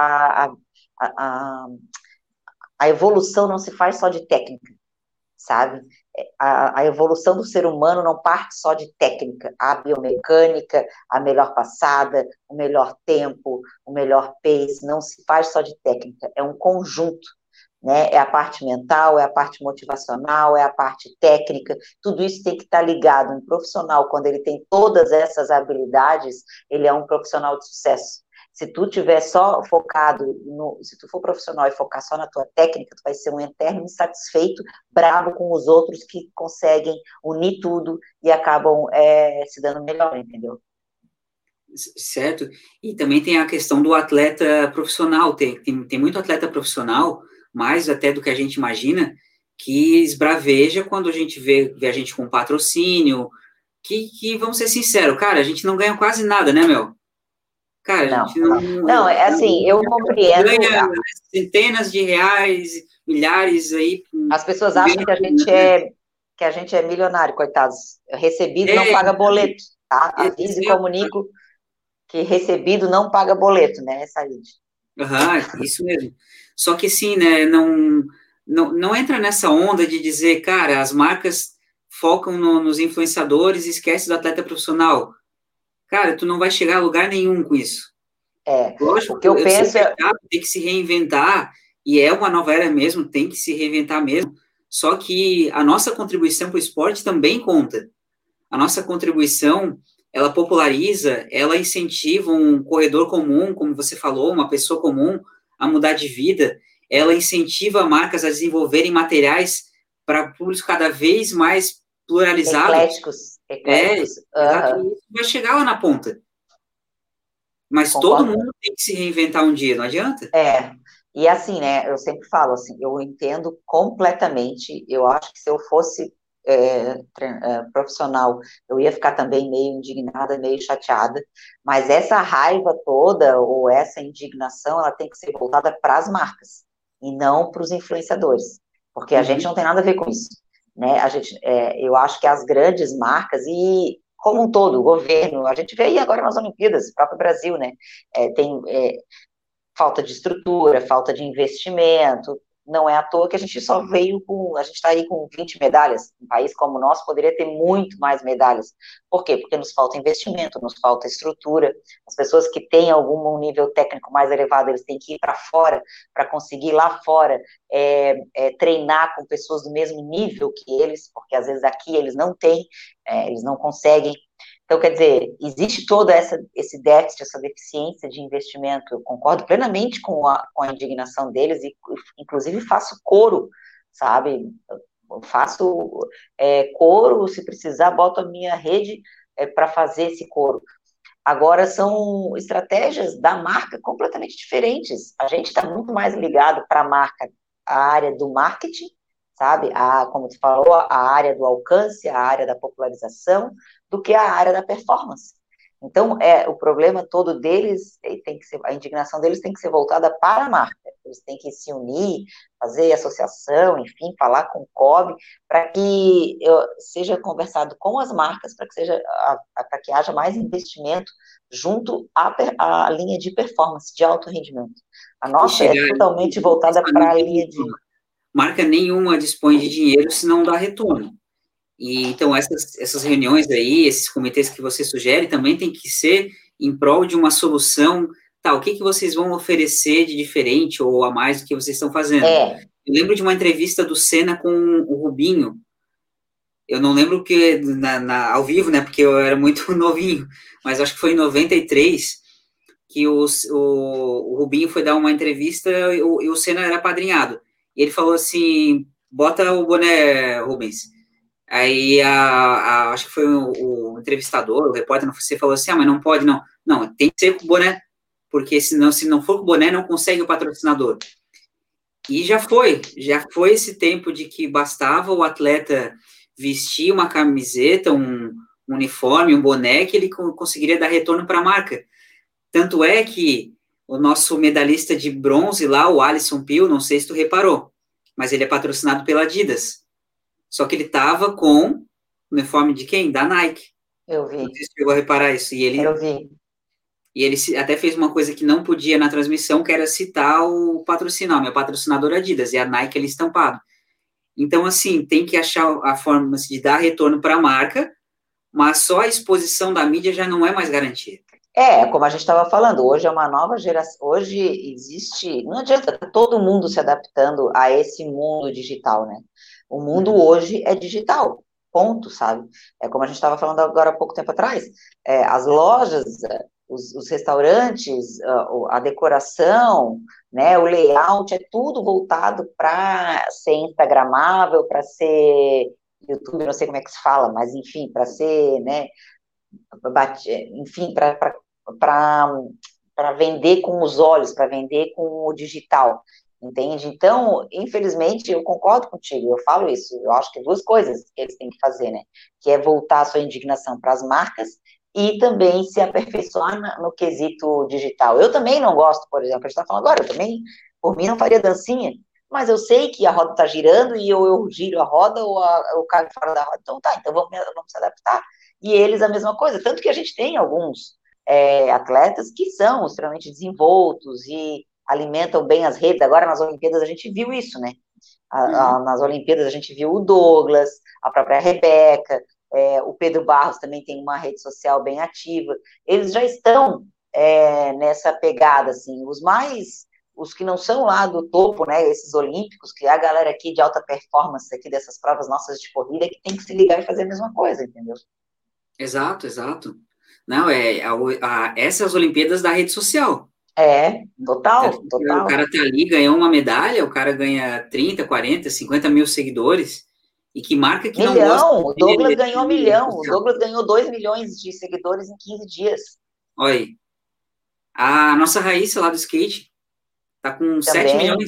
a, a evolução não se faz só de técnica, sabe? A evolução do ser humano não parte só de técnica, a biomecânica, a melhor passada, o melhor tempo, o melhor pace, não se faz só de técnica, é um conjunto, né? É a parte mental, é a parte motivacional, é a parte técnica, tudo isso tem que estar ligado. Um profissional, quando ele tem todas essas habilidades, ele é um profissional de sucesso. Se tu tiver só focado, se tu for profissional e focar só na tua técnica, tu vai ser um eterno insatisfeito, bravo com os outros que conseguem unir tudo e acabam se dando melhor, entendeu? Certo? E também tem a questão do atleta profissional, tem muito atleta profissional, mais até do que a gente imagina, que esbraveja quando a gente vê a gente com patrocínio, que vamos ser sinceros, cara, a gente não ganha quase nada, né, meu? Cara, a gente não, é assim, eu compreendo. Ganha centenas de reais, milhares aí. As pessoas acham que a gente é milionário, coitados. Recebido não paga boleto, tá? Aviso e comunico que recebido não paga boleto, né, Said? Isso mesmo. Só que assim, né, não entra nessa onda de dizer, cara, as marcas focam nos influenciadores e esquece do atleta profissional. Cara, tu não vai chegar a lugar nenhum com isso. Lógico, o que eu penso tem que se reinventar, e é uma nova era mesmo, tem que se reinventar mesmo, só que a nossa contribuição para o esporte também conta. A nossa contribuição, ela populariza, ela incentiva um corredor comum, como você falou, uma pessoa comum a mudar de vida, ela incentiva marcas a desenvolverem materiais para públicos cada vez mais pluralizados. Ecléticos. Exato, vai chegar lá na ponta. Mas todo mundo tem que se reinventar um dia, não adianta? E assim, né, eu sempre falo assim, eu entendo completamente, eu acho que se eu fosse profissional, eu ia ficar também meio indignada, meio chateada, mas essa raiva toda, ou essa indignação, ela tem que ser voltada para as marcas, e não para os influenciadores, porque a gente não tem nada a ver com isso, né, eu acho que as grandes marcas, e como um todo, o governo, a gente vê aí agora nas Olimpíadas, o próprio Brasil, né, tem falta de estrutura, falta de investimento, não é à toa que a gente só veio a gente está aí com 20 medalhas, um país como o nosso poderia ter muito mais medalhas, por quê? Porque nos falta investimento, nos falta estrutura, as pessoas que têm algum nível técnico mais elevado, eles têm que ir para fora, para conseguir lá fora treinar com pessoas do mesmo nível que eles, porque às vezes aqui eles não têm, eles não conseguem. Então, quer dizer, existe todo esse déficit, essa deficiência de investimento. Eu concordo plenamente com a indignação deles e, inclusive, faço coro, sabe? Eu faço coro, se precisar, boto a minha rede para fazer esse coro. Agora, são estratégias da marca completamente diferentes. A gente está muito mais ligado para a marca, a área do marketing, sabe? Como tu falou, a área do alcance, a área da popularização, do que a área da performance. Então, o problema todo deles a indignação deles tem que ser voltada para a marca. Eles têm que se unir, fazer associação, enfim, falar com o COB, para que seja conversado com as marcas, para que haja mais investimento junto à linha de performance, de alto rendimento. A nossa é totalmente voltada para a linha de... Marca nenhuma dispõe de dinheiro se não dá retorno. E então essas reuniões aí, esses comitês que você sugere, também tem que ser em prol de uma solução. Tá, o que vocês vão oferecer de diferente ou a mais do que vocês estão fazendo? Eu lembro de uma entrevista do Senna com o Rubinho. Eu não lembro que ao vivo, né, porque eu era muito novinho, mas acho que foi em 93 que o Rubinho foi dar uma entrevista e o Senna era apadrinhado. E ele falou assim, bota o boné, Rubens. Aí, acho que foi o entrevistador, o repórter, você falou assim, mas não pode, não. Não, tem que ser com o boné, porque senão, se não for com o boné, não consegue o patrocinador. E já foi esse tempo de que bastava o atleta vestir uma camiseta, um uniforme, um boné, que ele conseguiria dar retorno para a marca. Tanto é que o nosso medalhista de bronze lá, o Alisson Pio, não sei se tu reparou, mas ele é patrocinado pela Adidas. só que ele tava com o uniforme de quem? Da Nike. Eu vi. Não sei se você chegou a reparar isso. Eu vi. E ele até fez uma coisa que não podia na transmissão, que era citar o patrocinador, meu patrocinador Adidas, e a Nike ali estampado. Então, assim, tem que achar a forma de dar retorno para a marca, mas só a exposição da mídia já não é mais garantia. Como a gente estava falando, hoje é uma nova geração, hoje existe, não adianta tá todo mundo se adaptando a esse mundo digital, né? O mundo hoje é digital, ponto, sabe? É como a gente estava falando agora há pouco tempo atrás, as lojas, os restaurantes, a decoração, né, o layout, é tudo voltado para ser instagramável, para ser YouTube, não sei como é que se fala, mas enfim, para ser, né, enfim, para vender com os olhos, para vender com o digital, entende? Então, infelizmente, eu concordo contigo, eu falo isso, eu acho que duas coisas que eles têm que fazer, né? Que é voltar a sua indignação para as marcas e também se aperfeiçoar no quesito digital. Eu também não gosto, por exemplo, a gente está falando agora, eu também, por mim, não faria dancinha, mas eu sei que a roda está girando e ou eu giro a roda ou eu caio fora da roda, então tá, então vamos se adaptar. E eles a mesma coisa, tanto que a gente tem alguns atletas que são extremamente desenvoltos e alimentam bem as redes. Agora, nas Olimpíadas, a gente viu isso, né? Nas Olimpíadas, a gente viu o Douglas, a própria Rebeca, o Pedro Barros também tem uma rede social bem ativa. Eles já estão nessa pegada, assim, os que não são lá do topo, né, esses olímpicos, que é a galera aqui de alta performance, aqui dessas provas nossas de corrida, que tem que se ligar e fazer a mesma coisa, entendeu? Exato, exato. Não, essas Olimpíadas da rede social. Total, O total. cara tá ali, ganhou uma medalha, o cara ganha 30, 40, 50 mil seguidores, e que marca que não gosta Milhão, o Douglas ganhou de rede 1 milhão, o social? Douglas ganhou 2 milhões de seguidores em 15 dias. Olha aí, a nossa Raíssa lá do skate tá com 7 Também, milhões.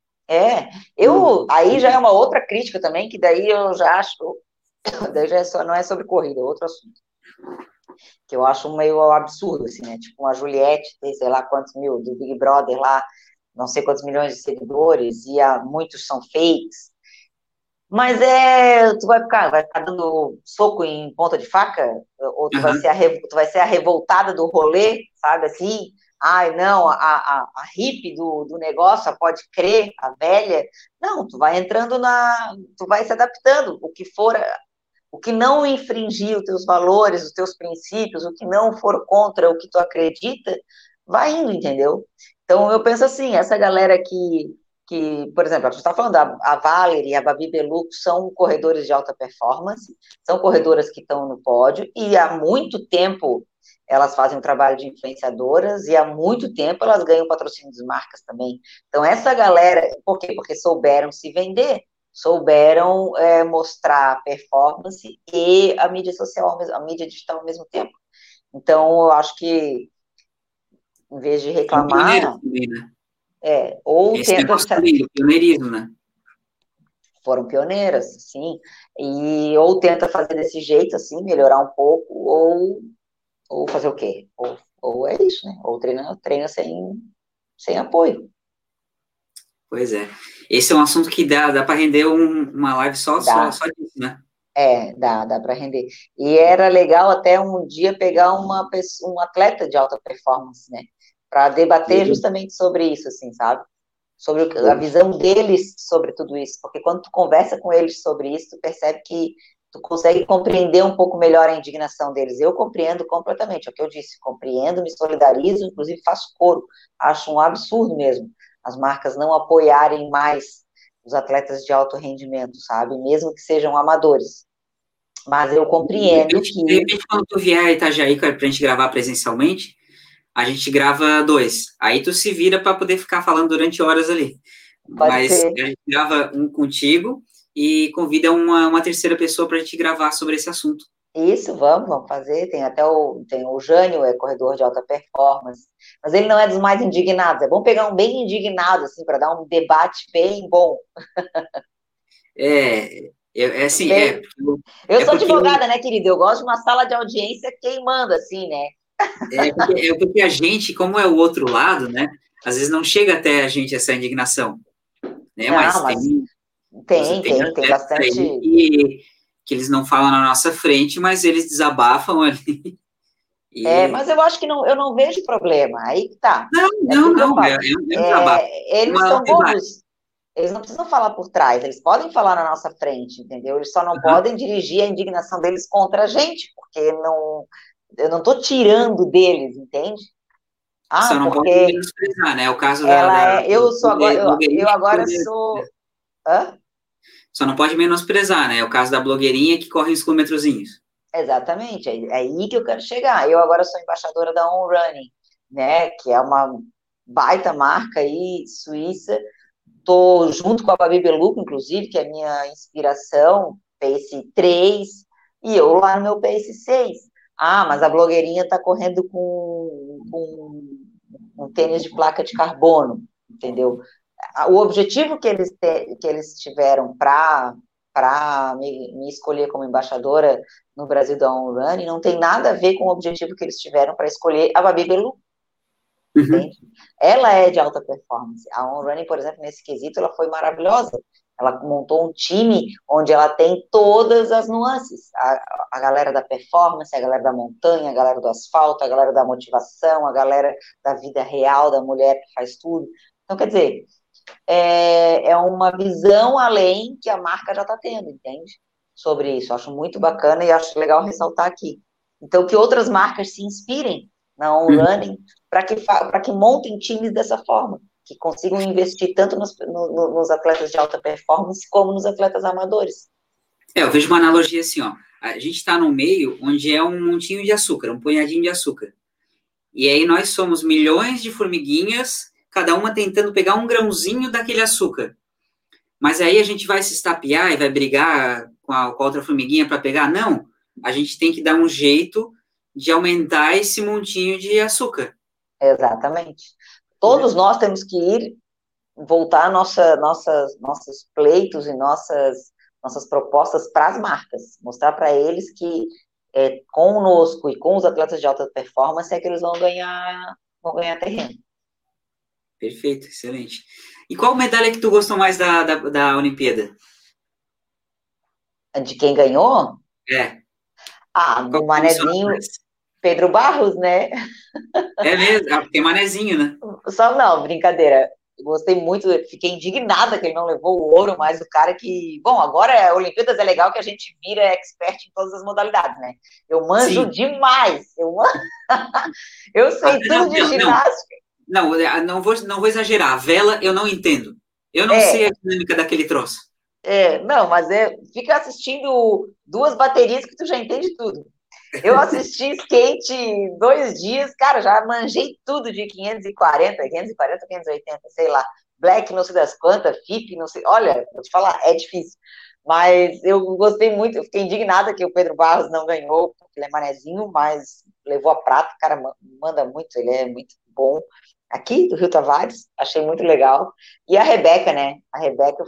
aí já é uma outra crítica também, que daí eu já acho, daí já não é sobre corrida, é outro assunto, que eu acho meio absurdo, assim, né, tipo uma Juliette tem sei lá quantos mil, do Big Brother lá, não sei quantos milhões de seguidores, e muitos são fakes, mas tu vai ficar dando soco em ponta de faca? Ou tu vai Aham. ser tu vai ser a revoltada do rolê, sabe assim? Ai, não, a hippie do negócio, pode crer, a velha. Não, tu vai entrando tu vai se adaptando. O que não infringir os teus valores, os teus princípios, o que não for contra o que tu acredita, vai indo, entendeu? Então, eu penso assim, essa galera por exemplo, a gente está falando, a Valerie e a Babi Bellucci são corredores de alta performance, são corredoras que estão no pódio, e há muito tempo elas fazem um trabalho de influenciadoras, e há muito tempo elas ganham patrocínio de marcas também. Então, essa galera, por quê? Porque souberam se vender, souberam mostrar performance e a mídia social, a mídia digital ao mesmo tempo. Então, eu acho que, em vez de São pioneiros reclamar, também, né? ou Esse tenta negócio também do pioneirismo, né? foram pioneiras, sim, ou tenta fazer desse jeito, assim, melhorar um pouco, ou fazer o quê? Ou é isso, né? Ou treina sem apoio. Pois é. Esse é um assunto que dá para render uma live Dá, só disso, né? dá para render. E era legal até um dia pegar um atleta de alta performance, né? Para debater justamente sobre isso, assim, sabe? Sobre a visão deles sobre tudo isso, porque quando tu conversa com eles sobre isso, tu percebe que tu consegue compreender um pouco melhor a indignação deles. Eu compreendo completamente, é o que eu disse, compreendo, me solidarizo, inclusive faço coro, acho um absurdo mesmo as marcas não apoiarem mais os atletas de alto rendimento, sabe? Mesmo que sejam amadores. Mas eu compreendo De que repente, quando tu vier a Itajaí pra gente gravar presencialmente, a gente grava dois. Aí tu se vira para poder ficar falando durante horas ali. pode Mas ser. a gente grava um contigo e convida uma terceira pessoa para a gente gravar sobre esse assunto. Isso, vamos fazer. Tem o Jânio, é corredor de alta performance, mas ele não é dos mais indignados. É bom pegar um bem indignado, assim, para dar um debate bem bom. Assim, Bem, eu sou porque advogada, né, querida? Eu gosto de uma sala de audiência queimando, assim, né? é porque a gente, como é o outro lado, né? Às vezes não chega até a gente essa indignação, né? Não, Mas mas tem. Você Tem, tem tem, tem atletas aí bastante. que eles não falam na nossa frente, mas eles desabafam ali. Mas E eu acho que não, eu não vejo problema. Aí que tá. não, É não, aquilo que eu não, falo. um desabafo. Eles Uma são debate. bobos. Eles não precisam falar por trás. Eles podem falar na nossa frente, entendeu? Eles só não Uhum. podem dirigir a indignação deles contra a gente, porque não, eu não estou tirando deles, entende? Só Ah, não pode porque menosprezar, né? O caso ela é. Eu sou agora. blogueirinha Eu que agora corre. sou. Hã? Só não pode menosprezar, né? O caso da blogueirinha que corre os quilometrozinhos. Exatamente, é aí que eu quero chegar. Eu agora sou embaixadora da On Running, né, que é uma baita marca aí, suíça. Estou junto com a Babi Beluco, inclusive, que é a minha inspiração, Pace 3, e eu lá no meu Pace 6. Ah, mas a blogueirinha está correndo com um tênis de placa de carbono, entendeu? O objetivo que eles tiveram para me escolher como embaixadora no Brasil da On Running não tem nada a ver com o objetivo que eles tiveram para escolher a Babi Belu, Uhum. entende? Ela é de alta performance. A On Running, por exemplo, nesse quesito, ela foi maravilhosa. Ela montou um time onde ela tem todas as nuances. A galera da performance, a galera da montanha, a galera do asfalto, a galera da motivação, a galera da vida real, da mulher que faz tudo. Então, quer dizer, é uma visão além que a marca já está tendo, entende? Sobre isso. Acho muito bacana e acho legal ressaltar aqui. Então, que outras marcas se inspirem na On Uhum. Running para que montem times dessa forma, que consigam investir tanto nos atletas de alta performance como nos atletas amadores. Eu vejo uma analogia assim, ó. A gente está num meio onde é um montinho de açúcar, um punhadinho de açúcar. E aí nós somos milhões de formiguinhas, cada uma tentando pegar um grãozinho daquele açúcar. Mas aí a gente vai se estapear e vai brigar com a outra formiguinha para pegar? Não. A gente tem que dar um jeito de aumentar esse montinho de açúcar. Exatamente. Né? Todos nós temos que ir voltar nossos pleitos e nossas propostas para as marcas, mostrar para eles que conosco e com os atletas de alta performance é que eles vão ganhar terreno. Perfeito, excelente. E qual medalha que tu gostou mais da Olimpíada? De quem ganhou? É, Ah, qual do que te emocionou Manezinho mais? Pedro Barros, né? É mesmo, tem manezinho, né? Só não, brincadeira. Gostei muito, fiquei indignada que ele não levou o ouro, mas o cara que. Bom, agora Olimpíadas é legal que a gente vira expert em todas as modalidades, né? Eu manjo Sim. demais. Eu sei Não, tudo de não, não, ginástica. não vou exagerar. A vela eu não entendo. Eu não sei a É, dinâmica daquele troço. não, mas fica assistindo duas baterias que tu já entende tudo. Eu assisti skate 2 dias, cara, já manjei tudo de 540, 580, sei lá. Black, não sei das quantas, FIP, não sei. Olha, vou te falar, é difícil. Mas eu gostei muito, eu fiquei indignada que o Pedro Barros não ganhou, porque ele é manezinho, mas levou a prata, o cara manda muito, ele é muito bom. Aqui, do Rio Tavares, achei muito legal. E a Rebeca, né? A Rebeca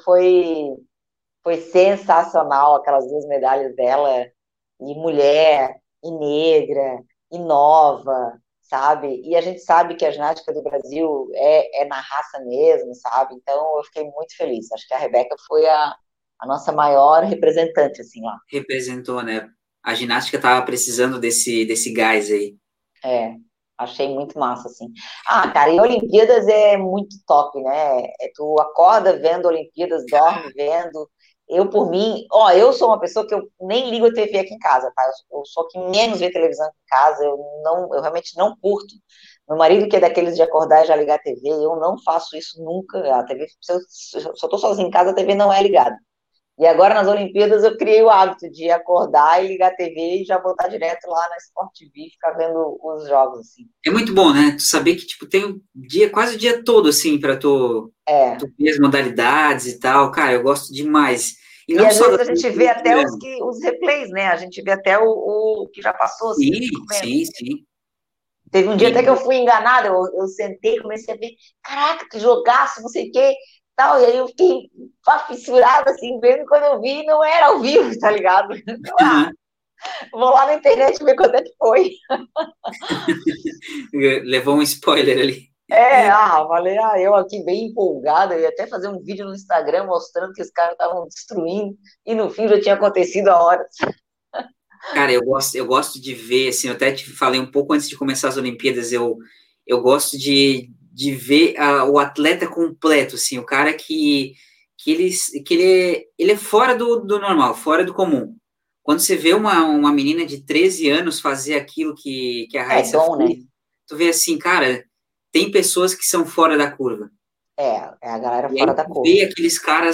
foi sensacional, aquelas 2 medalhas dela, e mulher, e negra, e nova, sabe? E a gente sabe que a ginástica do Brasil é na raça mesmo, sabe? Então eu fiquei muito feliz. Acho que a Rebeca foi a nossa maior representante, assim, lá. Representou, né? A ginástica tava precisando desse gás aí. É, achei muito massa, assim. Ah, cara, e Olimpíadas é muito top, né? Tu acorda vendo Olimpíadas, dorme vendo. Eu, por mim, eu sou uma pessoa que eu nem ligo a TV aqui em casa, tá? Eu sou que menos vê televisão aqui em casa, eu realmente não curto. Meu marido, que é daqueles de acordar e já ligar a TV, eu não faço isso nunca. A TV, se eu tô sozinho em casa, a TV não é ligada. E agora nas Olimpíadas eu criei o hábito de acordar e ligar a TV e já botar direto lá na Sport TV e ficar vendo os jogos, assim. É muito bom, né? Tu saber que, tipo, tem um dia, quase o dia todo, assim, pra tu É. ver as modalidades e tal. Cara, eu gosto demais. E E não às só vezes das a gente vê Olimpíadas de até verão. os replays, né? A gente vê até o que já passou, assim, eu Sim, fico vendo. sim, sim. Teve um dia E, até que eu fui enganada, eu sentei, comecei a ver, caraca, que jogaço, não sei o quê, tal, e aí eu fiquei fissurada, assim, vendo, quando eu vi, não era ao vivo, tá ligado? Eu, vou lá na internet ver quando é que foi. levou um spoiler ali. Falei, eu aqui bem empolgado, eu ia até fazer um vídeo no Instagram mostrando que os caras estavam destruindo, e no fim já tinha acontecido a hora. Cara, eu gosto de ver, assim, eu até te falei um pouco antes de começar as Olimpíadas, eu gosto de ver o atleta completo, assim, o cara que, ele, que ele é fora do normal, fora do comum. Quando você vê uma menina de 13 anos fazer aquilo que a É Raíssa dom, né? fez, tu vê assim, cara, tem pessoas que são fora da curva. É a galera E fora aí da tu curva. vê aqueles caras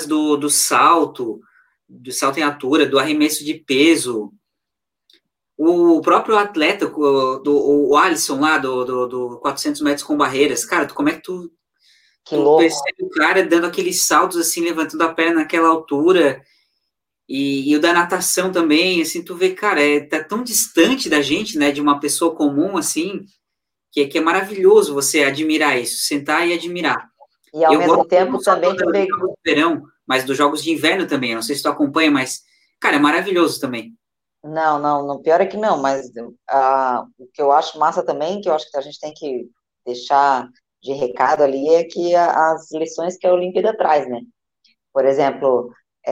do salto em altura, do arremesso de peso, o próprio atleta, o Alisson lá, do 400 metros com barreiras, cara, como é que tu, Que tu louco. percebe o cara dando aqueles saltos assim, levantando a perna naquela altura, e o da natação também, assim, tu vê, cara, tá tão distante da gente, né, de uma pessoa comum, assim, que é maravilhoso você admirar isso, sentar e admirar. E ao Eu mesmo gosto não tempo só também tu dos vê. jogos de verão, mas dos jogos de inverno também, eu não sei se tu acompanha, mas, cara, é maravilhoso também. Não, não, não, pior é que não, mas o que eu acho massa também, que eu acho que a gente tem que deixar de recado ali, é que as lições que a Olimpíada traz, né? Por exemplo,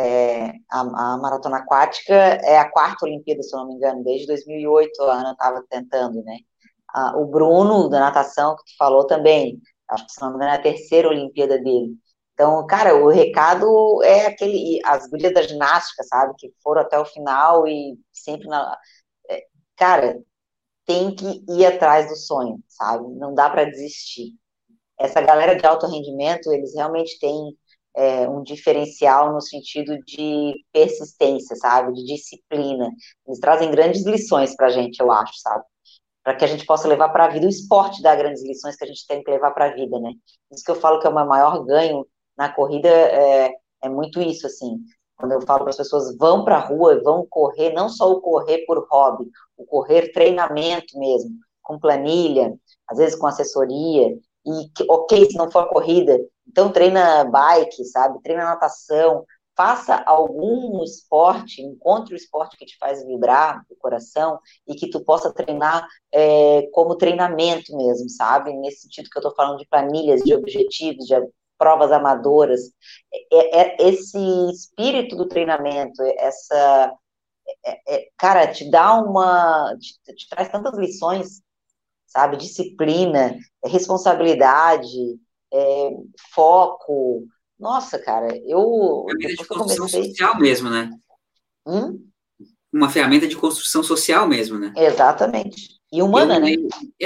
a maratona aquática é a quarta Olimpíada, se eu não me engano, desde 2008 a Ana estava tentando, né? O Bruno, da natação, que tu falou também, acho que, se não me engano, é a terceira Olimpíada dele. Então, cara, o recado é aquele, as gurias da ginástica, sabe, que foram até o final e sempre cara, tem que ir atrás do sonho, sabe? Não dá para desistir. Essa galera de alto rendimento, eles realmente têm um diferencial no sentido de persistência, sabe? De disciplina. Eles trazem grandes lições para a gente, eu acho, sabe? Para que a gente possa levar para a vida. O esporte dá grandes lições que a gente tem que levar para a vida, né? Isso que eu falo que é o meu maior ganho na corrida é muito isso, assim. Quando eu falo para as pessoas, vão para a rua, vão correr, não só o correr por hobby, o correr treinamento mesmo, com planilha, às vezes com assessoria, e ok, se não for corrida, então treina bike, sabe? Treina natação, faça algum esporte, encontre o esporte que te faz vibrar o coração e que tu possa treinar como treinamento mesmo, sabe? Nesse sentido que eu estou falando de planilhas, de objetivos, de provas amadoras, esse espírito do treinamento, cara, te dá te traz tantas lições, sabe? Disciplina, responsabilidade, é, foco. Nossa, cara, eu Ferramenta de depois que eu construção comecei. social mesmo, né? Uma ferramenta de construção social mesmo, né? Exatamente. E humana, Eu, né?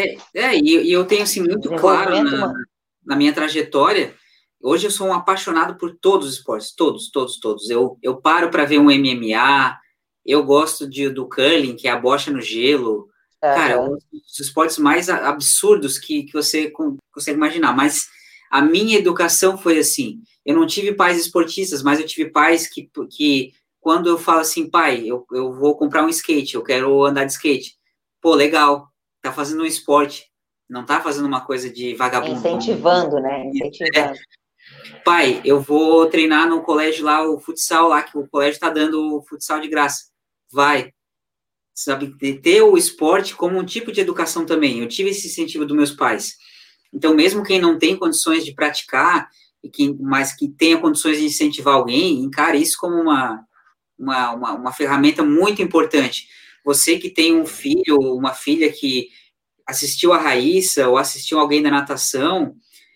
e eu tenho assim muito claro Desenvolvimento humano. na minha trajetória. Hoje eu sou um apaixonado por todos os esportes, todos, todos, todos. Eu paro para ver um MMA, eu gosto do curling, que é a bocha no gelo. Cara, eu Aham. gosto dos esportes mais absurdos que você consegue imaginar. Mas a minha educação foi assim: eu não tive pais esportistas, mas eu tive pais que quando eu falo assim, pai, eu vou comprar um skate, eu quero andar de skate. Pô, legal, tá fazendo um esporte, não tá fazendo uma coisa de vagabundo. Incentivando, né? Incentivando. Pai, eu vou treinar no colégio lá, o futsal lá, que o colégio tá dando o futsal de graça. Vai, sabe, ter o esporte como um tipo de educação também. Eu tive esse incentivo dos meus pais. Então, mesmo quem não tem condições de praticar, mas que tenha condições de incentivar alguém, encare isso como uma ferramenta muito importante. Você que tem um filho ou uma filha que assistiu a Raíssa ou assistiu alguém da natação,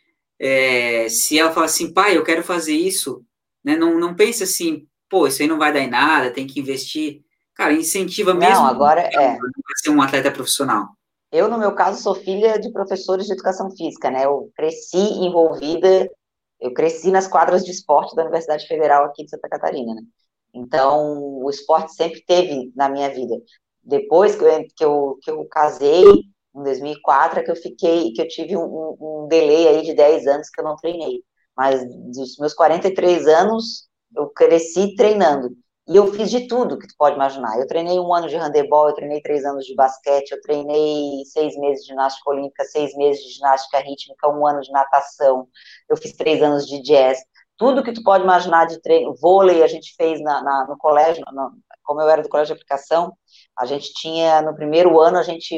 se ela fala assim, pai, eu quero fazer isso, né? Não pense assim, pô, isso aí não vai dar em nada, tem que investir. Cara, incentiva Não, mesmo agora para ser um atleta profissional. Eu, no meu caso, sou filha de professores de educação física, né? Eu cresci envolvida, eu cresci nas quadras de esporte da Universidade Federal aqui de Santa Catarina, né? Então, o esporte sempre teve na minha vida. Depois que eu casei, em 2004, é que eu tive um delay aí de 10 anos que eu não treinei. Mas dos meus 43 anos, eu cresci treinando. E eu fiz de tudo que tu pode imaginar. Eu treinei 1 ano de handebol, eu treinei 3 anos de basquete, eu treinei 6 meses de ginástica olímpica, 6 meses de ginástica rítmica, 1 ano de natação, eu fiz 3 anos de jazz. Tudo que tu pode imaginar de treino, vôlei a gente fez no colégio, como eu era do colégio de aplicação, a gente tinha, no primeiro ano,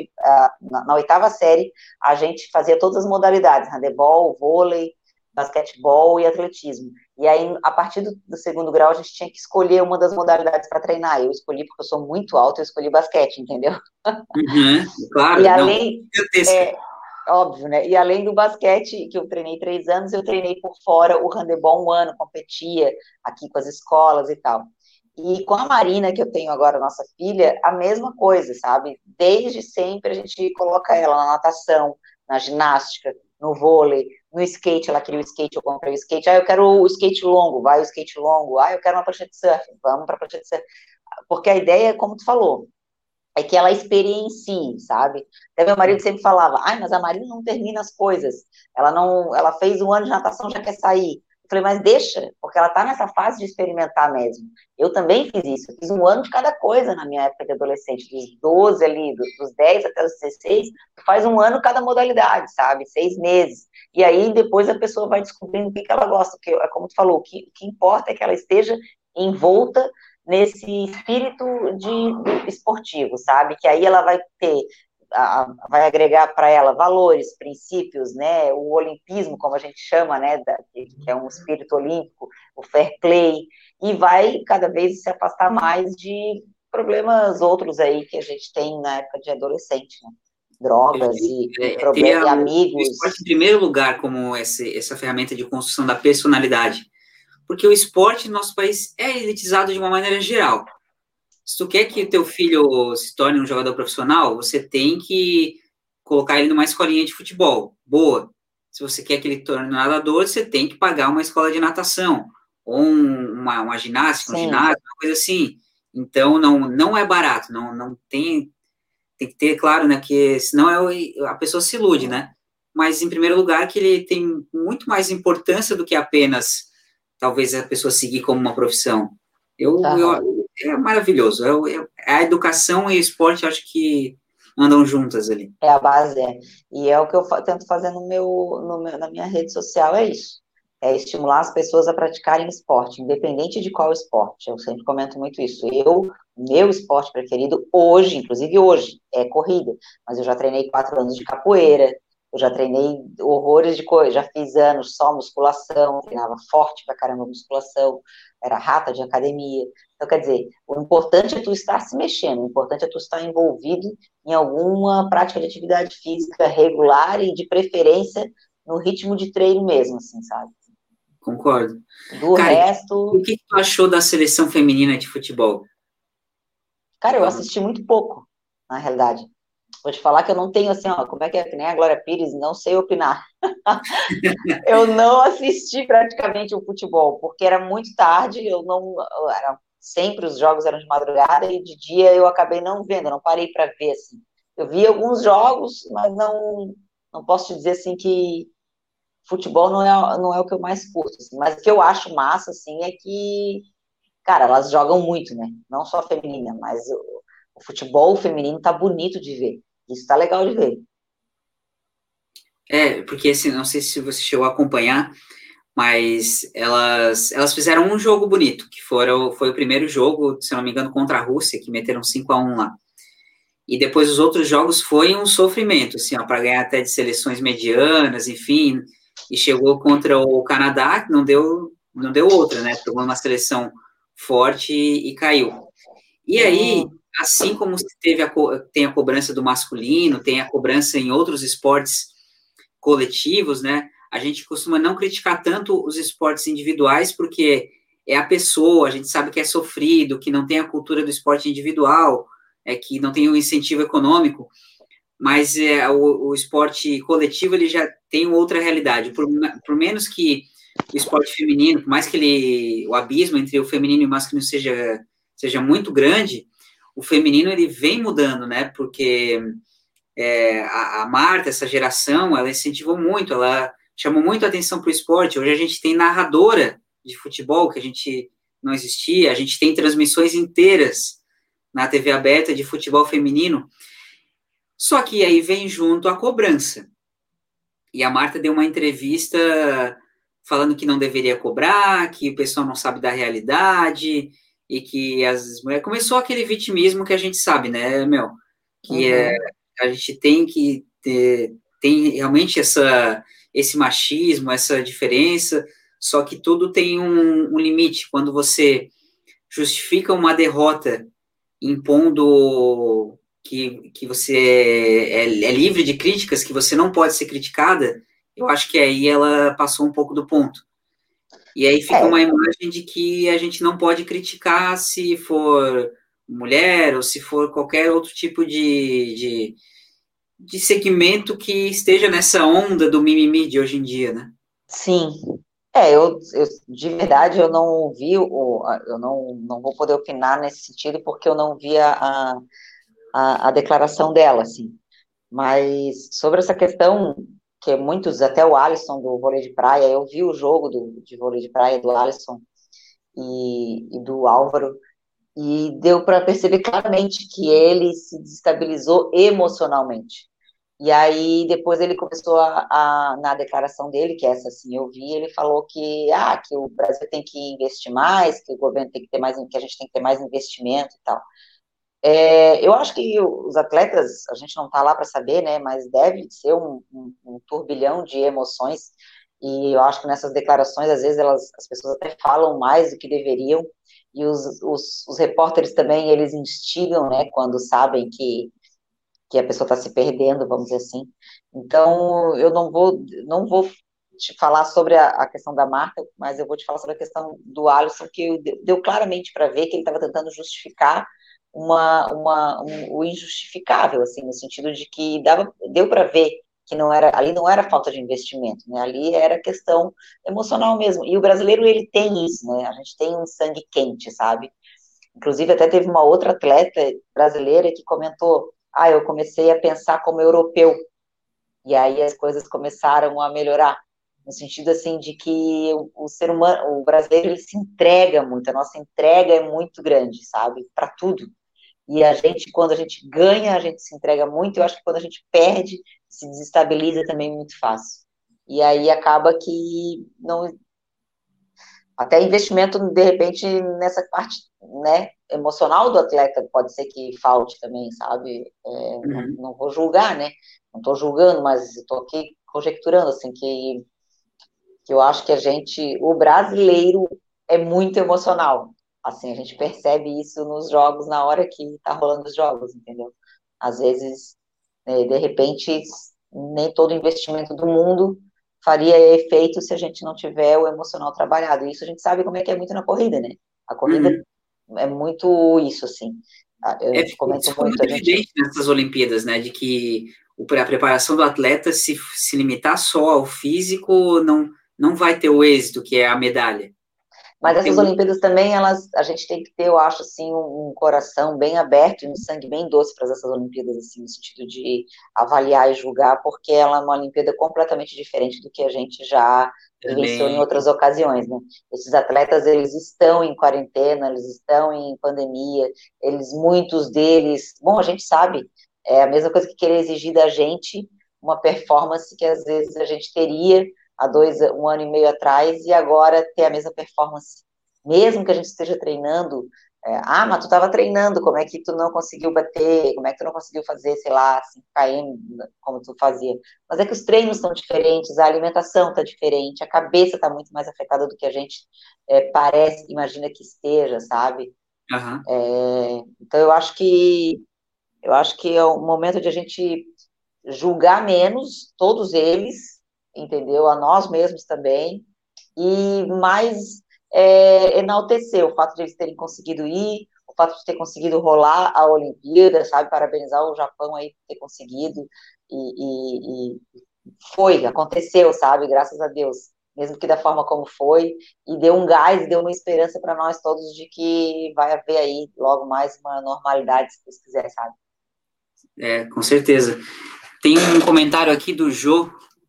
na oitava série, a gente fazia todas as modalidades, handebol, vôlei, basquetebol e atletismo. E aí, a partir do segundo grau, a gente tinha que escolher uma das modalidades para treinar. Eu escolhi, porque eu sou muito alta, eu escolhi basquete, entendeu? Uhum, claro, E não, além, gigantesca. é, óbvio, né? E além do basquete, que eu treinei 3 anos, eu treinei por fora o handebol 1 ano, competia aqui com as escolas e tal. E com a Marina, que eu tenho agora, nossa filha, a mesma coisa, sabe? Desde sempre a gente coloca ela na natação, na ginástica, no vôlei, no skate, ela queria o skate, eu comprei o skate. Ah, eu quero o skate longo, vai o skate longo. Ah, eu quero uma prancha de surf, vamos para a prancha de surf. Porque a ideia, como tu falou, é que ela experiencie, sabe? Até meu marido sempre falava, ai, mas a Marina não termina as coisas, ela não, ela fez 1 ano de natação, já quer sair. Eu falei, mas deixa, porque ela tá nessa fase de experimentar mesmo. Eu também fiz isso, eu fiz 1 ano de cada coisa na minha época de adolescente, dos 12 ali, dos 10 até os 16, faz 1 ano cada modalidade, sabe? 6 meses. E aí depois a pessoa vai descobrindo o que ela gosta, porque é como tu falou, o que importa é que ela esteja envolta nesse espírito de esportivo, sabe? Que aí ela vai ter, vai agregar para ela valores, princípios, né? O olimpismo, como a gente chama, né? Que é um espírito olímpico, o fair play, e vai cada vez se afastar mais de problemas outros aí que a gente tem na época de adolescente, né? Drogas Perfeito. Ter e o esporte em amigos. primeiro lugar como essa ferramenta de construção da personalidade. Porque o esporte no nosso país é elitizado de uma maneira geral. Se tu quer que o teu filho se torne um jogador profissional, você tem que colocar ele numa escolinha de futebol, boa. Se você quer que ele torne um nadador, você tem que pagar uma escola de natação, ou uma ginástica, um Sim, ginásio, uma coisa assim. Então, não é barato, não tem que ter, claro, né, que senão a pessoa se ilude, né? Mas, em primeiro lugar, que ele tem muito mais importância do que apenas, talvez, a pessoa seguir como uma profissão. aham. É maravilhoso. A educação e o esporte, eu acho que andam juntas ali. É a base, é. E é o que eu tento fazer na minha rede social, é isso. É estimular as pessoas a praticarem esporte, independente de qual esporte. Eu sempre comento muito isso. Meu esporte preferido hoje, inclusive hoje, é corrida. Mas eu já treinei 4 anos de capoeira, eu já treinei horrores de coisa, já fiz anos só musculação, treinava forte pra caramba musculação, era rata de academia. Então, quer dizer, o importante é tu estar se mexendo, o importante é tu estar envolvido em alguma prática de atividade física regular e de preferência no ritmo de treino mesmo, assim, sabe? Concordo. Do Cara, o resto, que tu achou da seleção feminina de futebol? cara, eu Vamos. assisti muito pouco, na realidade. Vou te falar que eu não tenho assim, ó, como é que nem a Glória Pires, não sei opinar. Eu não assisti praticamente o futebol, porque era muito tarde, sempre os jogos eram de madrugada e de dia eu acabei não vendo, não parei para ver assim. Eu vi alguns jogos, mas não posso te dizer assim que futebol não é o que eu mais curto, assim, mas o que eu acho massa, assim, é que, cara, elas jogam muito, né? Não só a feminina, mas o futebol feminino tá bonito de ver. Isso tá legal de ver. Porque assim, não sei se você chegou a acompanhar, mas elas fizeram um jogo bonito, que foi o primeiro jogo, se não me engano, contra a Rússia, que meteram 5-1 lá. E depois os outros jogos foi um sofrimento, assim, para ganhar até de seleções medianas, enfim, e chegou contra o Canadá, que não deu outra, né? Pegou uma seleção forte e caiu. E aí, Sim, assim como tem a cobrança do masculino, tem a cobrança em outros esportes coletivos, né? A gente costuma não criticar tanto os esportes individuais, porque é a pessoa, a gente sabe que é sofrido, que não tem a cultura do esporte individual, que não tem o incentivo econômico, mas o esporte coletivo ele já tem outra realidade. Por menos que o esporte feminino, por mais que o abismo entre o feminino e o masculino seja muito grande, o feminino ele vem mudando, né? Porque a Marta, essa geração, ela incentivou muito, ela chamou muito a atenção para o esporte. Hoje a gente tem narradora de futebol, que a gente não existia, a gente tem transmissões inteiras na TV aberta de futebol feminino, só que aí vem junto a cobrança. E a Marta deu uma entrevista falando que não deveria cobrar, que o pessoal não sabe da realidade, e que as mulheres... Começou aquele vitimismo que a gente sabe, né, Mel? Que a gente tem que ter... Tem realmente esse machismo, essa diferença, só que tudo tem um limite. Quando você justifica uma derrota impondo que você é livre de críticas, que você não pode ser criticada, eu acho que aí ela passou um pouco do ponto. E aí fica uma imagem de que a gente não pode criticar se for mulher ou se for qualquer outro tipo de segmento que esteja nessa onda do mimimi de hoje em dia, né? Sim. Eu de verdade eu não ouvi, eu não vou poder opinar nesse sentido porque eu não vi a declaração dela, assim. Mas sobre essa questão, que muitos, até o Alisson do vôlei de praia, eu vi o jogo de vôlei de praia do Alisson e do Álvaro, e deu para perceber claramente que ele se desestabilizou emocionalmente. E aí, depois ele começou na declaração dele, que essa assim eu vi, ele falou que o Brasil tem que investir mais, que o governo tem que ter mais, que a gente tem que ter mais investimento e tal. Eu acho que os atletas, a gente não está lá para saber, né, mas deve ser um turbilhão de emoções, e eu acho que nessas declarações, às vezes, as pessoas até falam mais do que deveriam, e os repórteres também, eles instigam, né, quando sabem que a pessoa está se perdendo, vamos dizer assim. Então, eu não vou te falar sobre a questão da marca, mas eu vou te falar sobre a questão do Alisson, que deu claramente para ver que ele estava tentando justificar o injustificável, assim, no sentido de que deu para ver que ali não era falta de investimento, né? Ali era questão emocional mesmo. E o brasileiro, ele tem isso, né? A gente tem um sangue quente, sabe? Inclusive, até teve uma outra atleta brasileira que comentou: eu comecei a pensar como europeu, e aí as coisas começaram a melhorar, no sentido assim de que o ser humano, o brasileiro, ele se entrega muito, a nossa entrega é muito grande, sabe, para tudo. E a gente, quando a gente ganha, a gente se entrega muito, eu acho que quando a gente perde, se desestabiliza também muito fácil. E aí acaba que não, até investimento, de repente, nessa parte, né, emocional do atleta pode ser que falte também, sabe? Não vou julgar, né? Não estou julgando, mas estou aqui conjecturando, assim, que eu acho que o brasileiro é muito emocional. Assim, a gente percebe isso nos jogos, na hora que está rolando os jogos, entendeu? Às vezes, de repente, nem todo investimento do mundo faria efeito se a gente não tiver o emocional trabalhado. E isso a gente sabe como é que é muito na corrida, né? A corrida é muito isso, assim. Eu comento Isso ficou muito, muito a gente... evidente nessas Olimpíadas, né? De que a preparação do atleta, se limitar só ao físico, não vai ter o êxito que é a medalha. Mas Tem essas Olimpíadas também, a gente tem que ter, eu acho, assim, um coração bem aberto e um sangue bem doce para essas Olimpíadas, assim, no sentido de avaliar e julgar, porque ela é uma Olimpíada completamente diferente do que a gente já vivenciou em também. outras ocasiões, né? Esses atletas, eles estão em quarentena, eles estão em pandemia, muitos deles, bom, a gente sabe, é a mesma coisa que querer exigir da gente uma performance que às vezes a gente teria há um ano e meio atrás, e agora ter a mesma performance. Mesmo que a gente esteja treinando, mas tu estava treinando, como é que tu não conseguiu bater, como é que tu não conseguiu fazer, sei lá, 5 km, como tu fazia? Mas é que os treinos são diferentes, a alimentação está diferente, a cabeça está muito mais afetada do que a gente parece, imagina que esteja, sabe? Então eu acho que é o momento de a gente julgar menos todos eles, entendeu? A nós mesmos também, e mais enaltecer o fato de eles terem conseguido ir, o fato de ter conseguido rolar a Olimpíada, sabe? Parabenizar o Japão aí por ter conseguido, e aconteceu, sabe? Graças a Deus. Mesmo que da forma como foi, e deu um gás, deu uma esperança para nós todos de que vai haver aí logo mais uma normalidade, se Deus quiser, sabe? Com certeza. Tem um comentário aqui do Jô.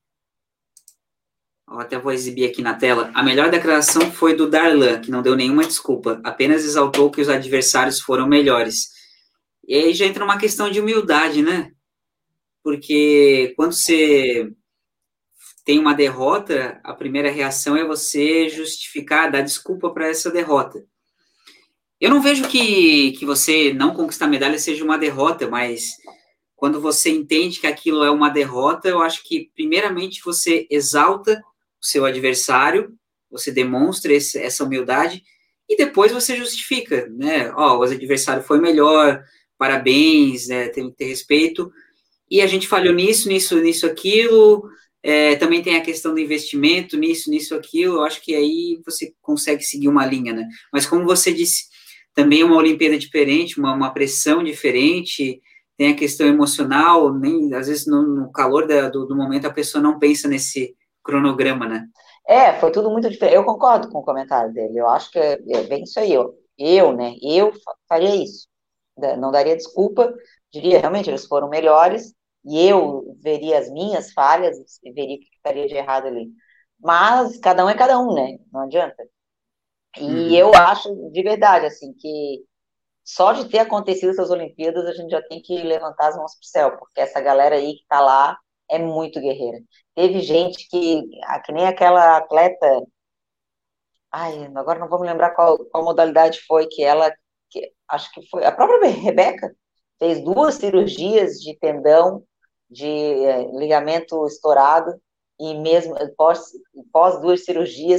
Eu até vou exibir aqui na tela. A melhor declaração foi do Darlan, que não deu nenhuma desculpa, apenas exaltou que os adversários foram melhores. E aí já entra uma questão de humildade, né? Porque quando você tem uma derrota, a primeira reação é você justificar, dar desculpa para essa derrota. Eu não vejo que você não conquistar medalha seja uma derrota, mas quando você entende que aquilo é uma derrota, eu acho que, primeiramente, você exalta o seu adversário, você demonstra essa humildade, e depois você justifica, né? Ó, o adversário foi melhor, parabéns, né? Tem que ter respeito, e a gente falhou nisso, aquilo, também tem a questão do investimento, nisso, aquilo, eu acho que aí você consegue seguir uma linha, né? Mas como você disse, também é uma Olimpíada diferente, uma pressão diferente, tem a questão emocional, nem, às vezes no calor do momento a pessoa não pensa nesse cronograma, né? Foi tudo muito diferente. Eu concordo com o comentário dele. Eu acho que é bem isso aí. Né? Eu faria isso. Não daria desculpa. Diria, realmente, eles foram melhores e eu veria as minhas falhas e veria o que estaria de errado ali. Mas cada um é cada um, né? Não adianta. E eu acho, de verdade, assim, que só de ter acontecido essas Olimpíadas, a gente já tem que levantar as mãos pro céu, porque essa galera aí que tá lá é muito guerreira. Teve gente que nem aquela atleta, ai, agora não vou me lembrar qual modalidade foi, acho que foi, a própria Rebeca fez 2 cirurgias de tendão, de ligamento estourado, e mesmo pós 2 cirurgias,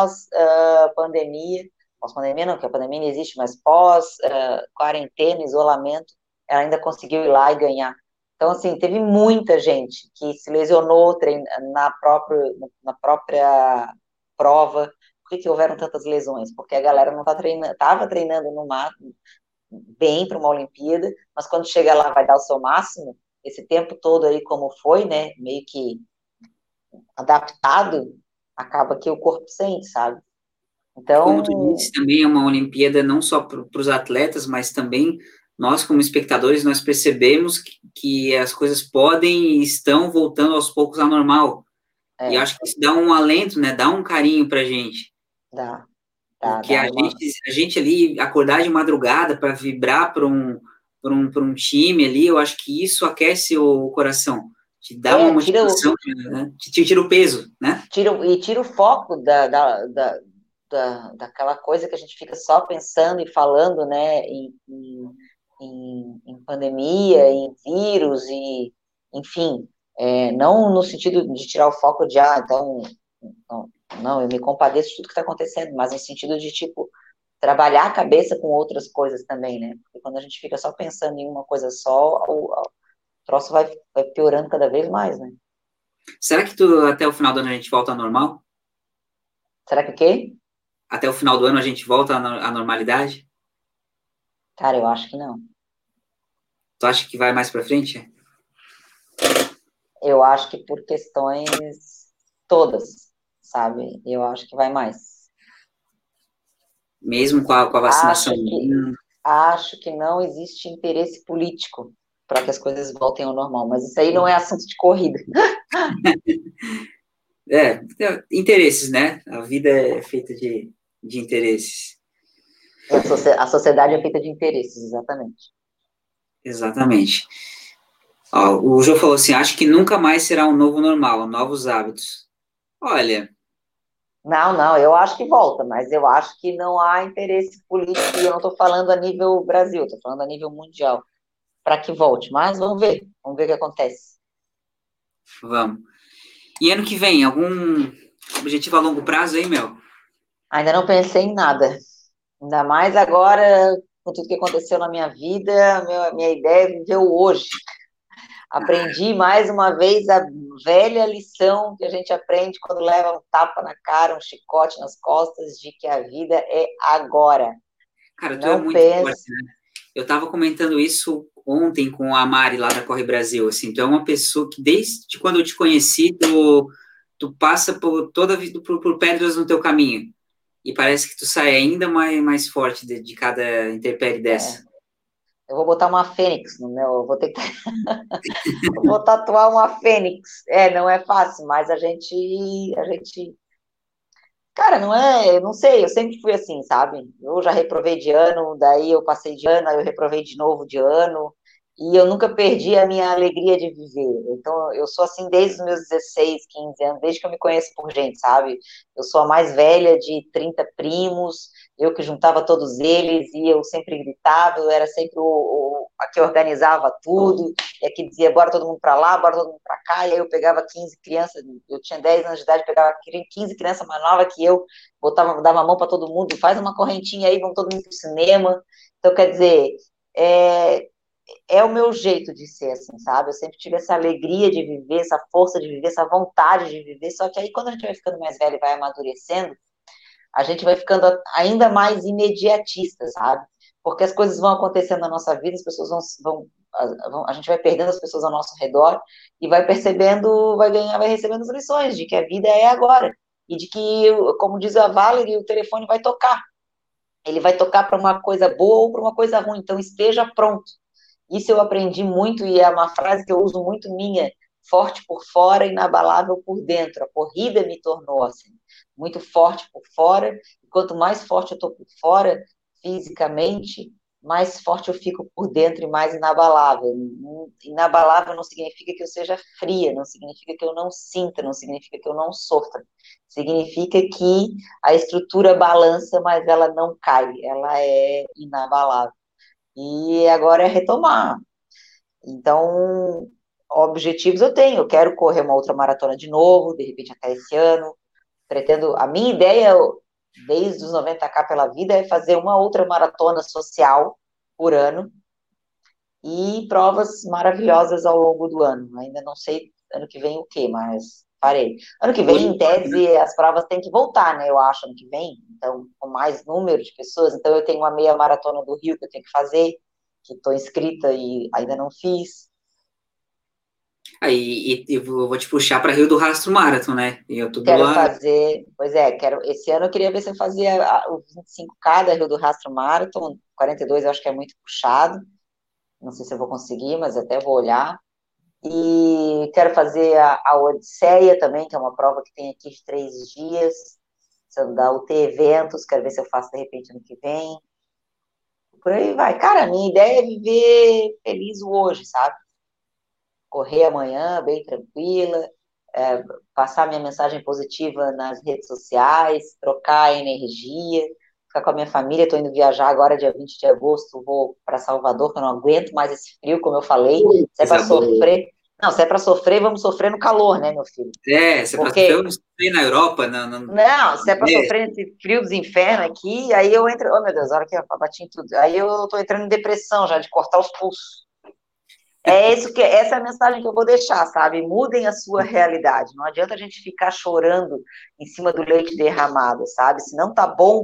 pós-pandemia não, porque a pandemia não existe, mas pós-quarentena, isolamento, ela ainda conseguiu ir lá e ganhar. Então, assim, teve muita gente que se lesionou na própria prova. Por que houveram tantas lesões? Porque a galera não estava treinando no bem para uma Olimpíada, mas quando chega lá vai dar o seu máximo, esse tempo todo aí como foi, né, meio que adaptado, acaba que o corpo sente, sabe? Como tu Então, disse, também é uma Olimpíada não só para os atletas, mas também nós, como espectadores, nós percebemos que as coisas podem e estão voltando aos poucos ao normal. E acho que isso dá um alento, né? Dá um carinho para a gente. Porque dá uma... a gente ali acordar de madrugada para vibrar para um time ali, eu acho que isso aquece o coração, te dá uma motivação, né? Te tira o peso, né? Tira o foco daquela coisa que a gente fica só pensando e falando, né, em pandemia, em vírus, e, enfim, não no sentido de tirar o foco de, então, não, eu me compadeço de tudo que está acontecendo, mas no sentido de, tipo, trabalhar a cabeça com outras coisas também, né, porque quando a gente fica só pensando em uma coisa só, o troço vai piorando cada vez mais, né. Será que até o final do ano a gente volta ao normal? Será que o quê? Até o final do ano a gente volta à normalidade? Cara, eu acho que não. Tu acha que vai mais para frente? Eu acho que por questões todas, sabe? Eu acho que vai mais. Mesmo com a vacinação? Acho que não existe interesse político para que as coisas voltem ao normal, mas isso aí não é assunto de corrida. Interesses, né? A vida é feita de interesses. A sociedade é feita de interesses, exatamente. Exatamente. Ó, o João falou assim, acho que nunca mais será um novo normal, novos hábitos. Olha... Não, eu acho que volta, mas eu acho que não há interesse político, e eu não estou falando a nível Brasil, estou falando a nível mundial, para que volte. Mas vamos ver o que acontece. Vamos. E ano que vem, algum objetivo a longo prazo aí, Mel? Ainda não pensei em nada. Ainda mais agora, com tudo que aconteceu na minha vida, minha ideia é viver o hoje. Aprendi mais uma vez a velha lição que a gente aprende quando leva um tapa na cara, um chicote nas costas, de que a vida é agora. Cara, tu é muito forte, né? Eu tava comentando isso ontem com a Mari lá da Corre Brasil, assim, tu é uma pessoa que desde quando eu te conheci, tu passa por toda a vida por pedras no teu caminho. E parece que tu sai ainda mais forte de cada intempérie dessa. Eu vou botar uma fênix no meu, eu vou ter que eu vou tatuar uma fênix. Não é fácil, mas cara, não é, eu não sei, eu sempre fui assim, sabe? Eu já reprovei de ano, daí eu passei de ano, aí eu reprovei de novo de ano, e eu nunca perdi a minha alegria de viver. Então, eu sou assim desde os meus 16, 15 anos, desde que eu me conheço por gente, sabe? Eu sou a mais velha de 30 primos, eu que juntava todos eles, e eu sempre gritava, eu era sempre a que organizava tudo, e a que dizia, bora todo mundo para lá, bora todo mundo para cá, e aí eu pegava 15 crianças, eu tinha 10 anos de idade, pegava 15 crianças mais novas que eu, dava a mão para todo mundo, faz uma correntinha aí, vamos todo mundo para o cinema. Então, quer dizer, é o meu jeito de ser, assim, sabe? Eu sempre tive essa alegria de viver, essa força de viver, essa vontade de viver, só que aí quando a gente vai ficando mais velho e vai amadurecendo, a gente vai ficando ainda mais imediatista, sabe? Porque as coisas vão acontecendo na nossa vida, as pessoas a gente vai perdendo as pessoas ao nosso redor e vai percebendo, vai recebendo as lições de que a vida é agora e de que, como diz a Valerie, o telefone vai tocar. Ele vai tocar para uma coisa boa ou para uma coisa ruim, então esteja pronto. Isso eu aprendi muito e é uma frase que eu uso muito minha, forte por fora, inabalável por dentro. A corrida me tornou assim, muito forte por fora, e quanto mais forte eu estou por fora, fisicamente, mais forte eu fico por dentro e mais inabalável. Inabalável não significa que eu seja fria, não significa que eu não sinta, não significa que eu não sofra. Significa que a estrutura balança, mas ela não cai, ela é inabalável. E agora é retomar. Então, objetivos eu tenho. Eu quero correr uma outra maratona de novo, de repente até esse ano. Pretendo. A minha ideia, desde os 90K pela vida, é fazer uma outra maratona social por ano e provas maravilhosas ao longo do ano. Ainda não sei ano que vem o quê, mas farei. Ano que vem, em tese, as provas têm que voltar, né? Eu acho, ano que vem. Então, com mais número de pessoas. Então, eu tenho uma meia maratona do Rio que eu tenho que fazer, que estou inscrita e ainda não fiz. Aí eu vou te puxar para Rio do Rastro Marathon, né? Em outubro Quero lá. fazer, pois é, esse ano eu queria ver se eu fazia o 25K da Rio do Rastro Marathon, 42 eu acho que é muito puxado, não sei se eu vou conseguir, mas até vou olhar. E quero fazer a Odisseia também, que é uma prova que tem aqui de 3 dias, da UT Eventos, quero ver se eu faço de repente ano que vem. Por aí vai. Cara, a minha ideia é viver feliz o hoje, sabe? Correr amanhã, bem tranquila, passar minha mensagem positiva nas redes sociais, trocar energia, ficar com a minha família. Estou indo viajar agora, dia 20 de agosto, vou para Salvador, que eu não aguento mais esse frio, como eu falei. Se é para sofrer, não, se é para sofrer, vamos sofrer no calor, né, meu filho? Se é para sofrer, vamos sofrer na Europa. Não, se é para sofrer nesse frio dos infernos aqui, aí eu entro. Oh, meu Deus, olha aqui, eu bati em tudo. Aí eu estou entrando em depressão já, de cortar os pulsos. Essa é a mensagem que eu vou deixar, sabe? Mudem a sua realidade. Não adianta a gente ficar chorando em cima do leite derramado, sabe? Se não tá bom,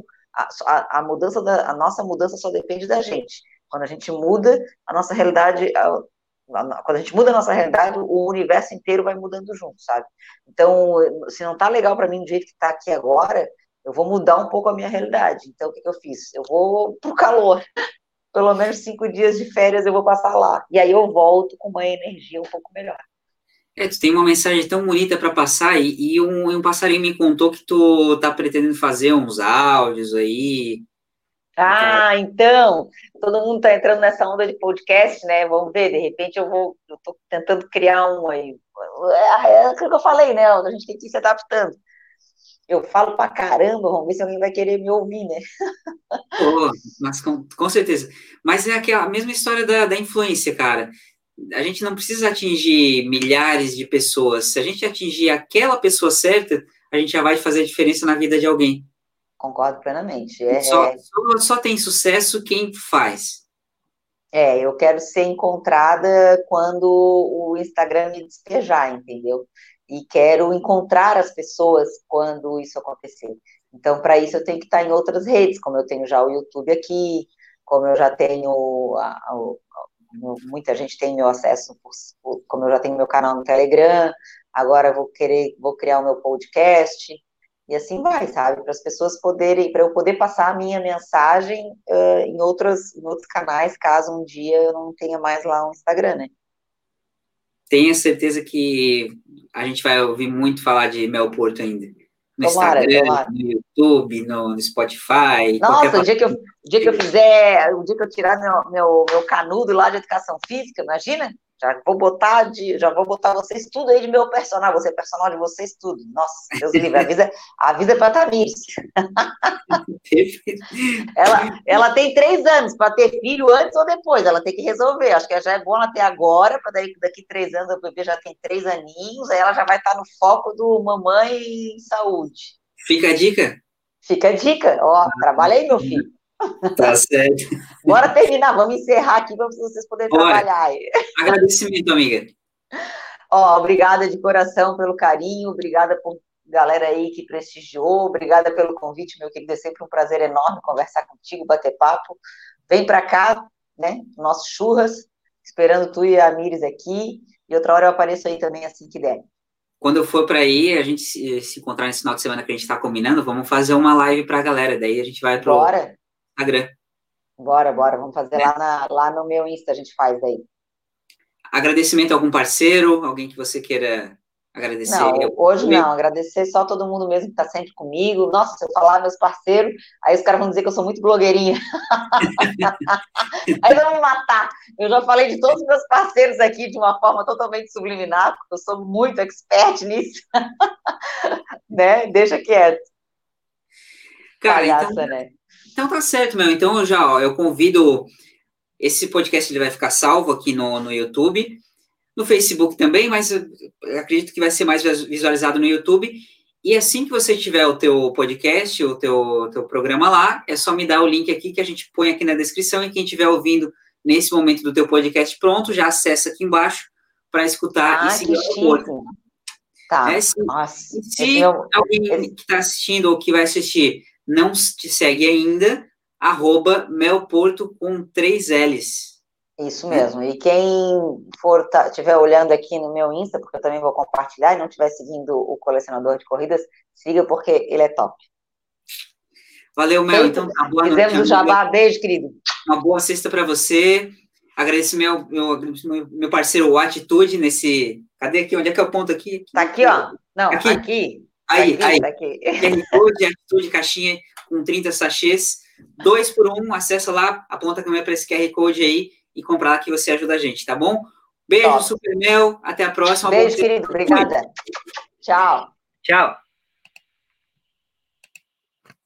a nossa mudança só depende da gente. Quando a gente muda a nossa realidade, quando a gente muda a nossa realidade, o universo inteiro vai mudando junto, sabe? Então, se não tá legal para mim do jeito que tá aqui agora, eu vou mudar um pouco a minha realidade. Então, o que eu fiz? Eu vou pro calor. Pelo menos 5 dias de férias eu vou passar lá. E aí eu volto com uma energia um pouco melhor. Tu tem uma mensagem tão bonita para passar e um passarinho me contou que tu tá pretendendo fazer uns áudios aí. Então, todo mundo tá entrando nessa onda de podcast, né? Vamos ver, de repente eu tô tentando criar um aí. É aquilo que eu falei, né? A gente tem que ir se adaptando. Eu falo pra caramba, vamos ver se alguém vai querer me ouvir, né? Mas com certeza. Mas é aquela mesma história da influência, cara. A gente não precisa atingir milhares de pessoas. Se a gente atingir aquela pessoa certa, a gente já vai fazer a diferença na vida de alguém. Concordo plenamente. Só tem sucesso quem faz. Eu quero ser encontrada quando o Instagram me despejar, entendeu? E quero encontrar as pessoas quando isso acontecer. Então, para isso, eu tenho que estar em outras redes, como eu tenho já o YouTube aqui, como eu já tenho. Muita gente tem meu acesso, como eu já tenho meu canal no Telegram, agora vou criar o meu podcast, e assim vai, sabe? Para as pessoas poderem, para eu poder passar a minha mensagem em outros canais, caso um dia eu não tenha mais lá um Instagram, né? Tenha certeza que a gente vai ouvir muito falar de Mel Porto ainda. No Instagram, no YouTube, no Spotify. Nossa, o dia que eu tirar meu canudo lá de educação física, imagina? Já vou botar vocês tudo aí de meu personal, você é personal de vocês tudo. Nossa, Deus me livre, avisa para a Tamires. Ela tem 3 anos para ter filho antes ou depois, ela tem que resolver. Acho que já é bom ela ter agora, para daqui 3 anos o bebê já tem 3 aninhos, aí ela já vai estar no foco do mamãe e saúde. Fica a dica? Fica a dica, ó, trabalha aí, meu filho. Tá certo. Bora terminar, vamos encerrar aqui para vocês poderem trabalhar. Agradecimento, amiga. Ó, obrigada de coração pelo carinho, obrigada por galera aí que prestigiou, obrigada pelo convite, meu querido, é sempre um prazer enorme conversar contigo, bater papo. Vem para cá, né, nosso churras, esperando tu e a Mires aqui, e outra hora eu apareço aí também assim que der. Quando eu for para aí, a gente se encontrar nesse final de semana que a gente está combinando, vamos fazer uma live para a galera, daí a gente vai pro Instagram. Bora, vamos fazer lá no meu Insta, a gente faz daí. Agradecimento a algum parceiro, alguém que você queira agradecer? Não, hoje não, agradecer só todo mundo mesmo que está sempre comigo. Nossa, se eu falar meus parceiros, aí os caras vão dizer que eu sou muito blogueirinha. Aí vão me matar. Eu já falei de todos os meus parceiros aqui de uma forma totalmente subliminar, porque eu sou muito expert nisso. Né? Deixa quieto. Cara, palhaça, né? Então tá certo, meu. Então eu convido. Esse podcast ele vai ficar salvo aqui no YouTube, no Facebook também, mas eu acredito que vai ser mais visualizado no YouTube. E assim que você tiver o teu podcast, o teu programa lá, é só me dar o link aqui que a gente põe aqui na descrição, e quem estiver ouvindo nesse momento do teu podcast pronto, já acessa aqui embaixo para escutar e seguir o outro. Tá. Se alguém que está assistindo ou que vai assistir não te segue ainda, @melporto com 3 L's. Isso mesmo. E quem estiver olhando aqui no meu Insta, porque eu também vou compartilhar, e não estiver seguindo o Colecionador de Corridas, siga porque ele é top. Valeu, Mel. Então tá boa noite. Fizemos o jabá. Beijo, querido. Uma boa sexta para você. Agradeço meu parceiro o Atitude nesse... Cadê aqui? Onde é que eu aponto aqui? Tá aqui, ó. Não, aqui. Aí. Atitude, caixinha com 30 sachês. 2 por 1, acessa lá, aponta a câmera para esse QR Code aí e comprar lá que você ajuda a gente, tá bom? Beijo, Super Mel, até a próxima. Beijo, querido, obrigada. Tchau. Tchau.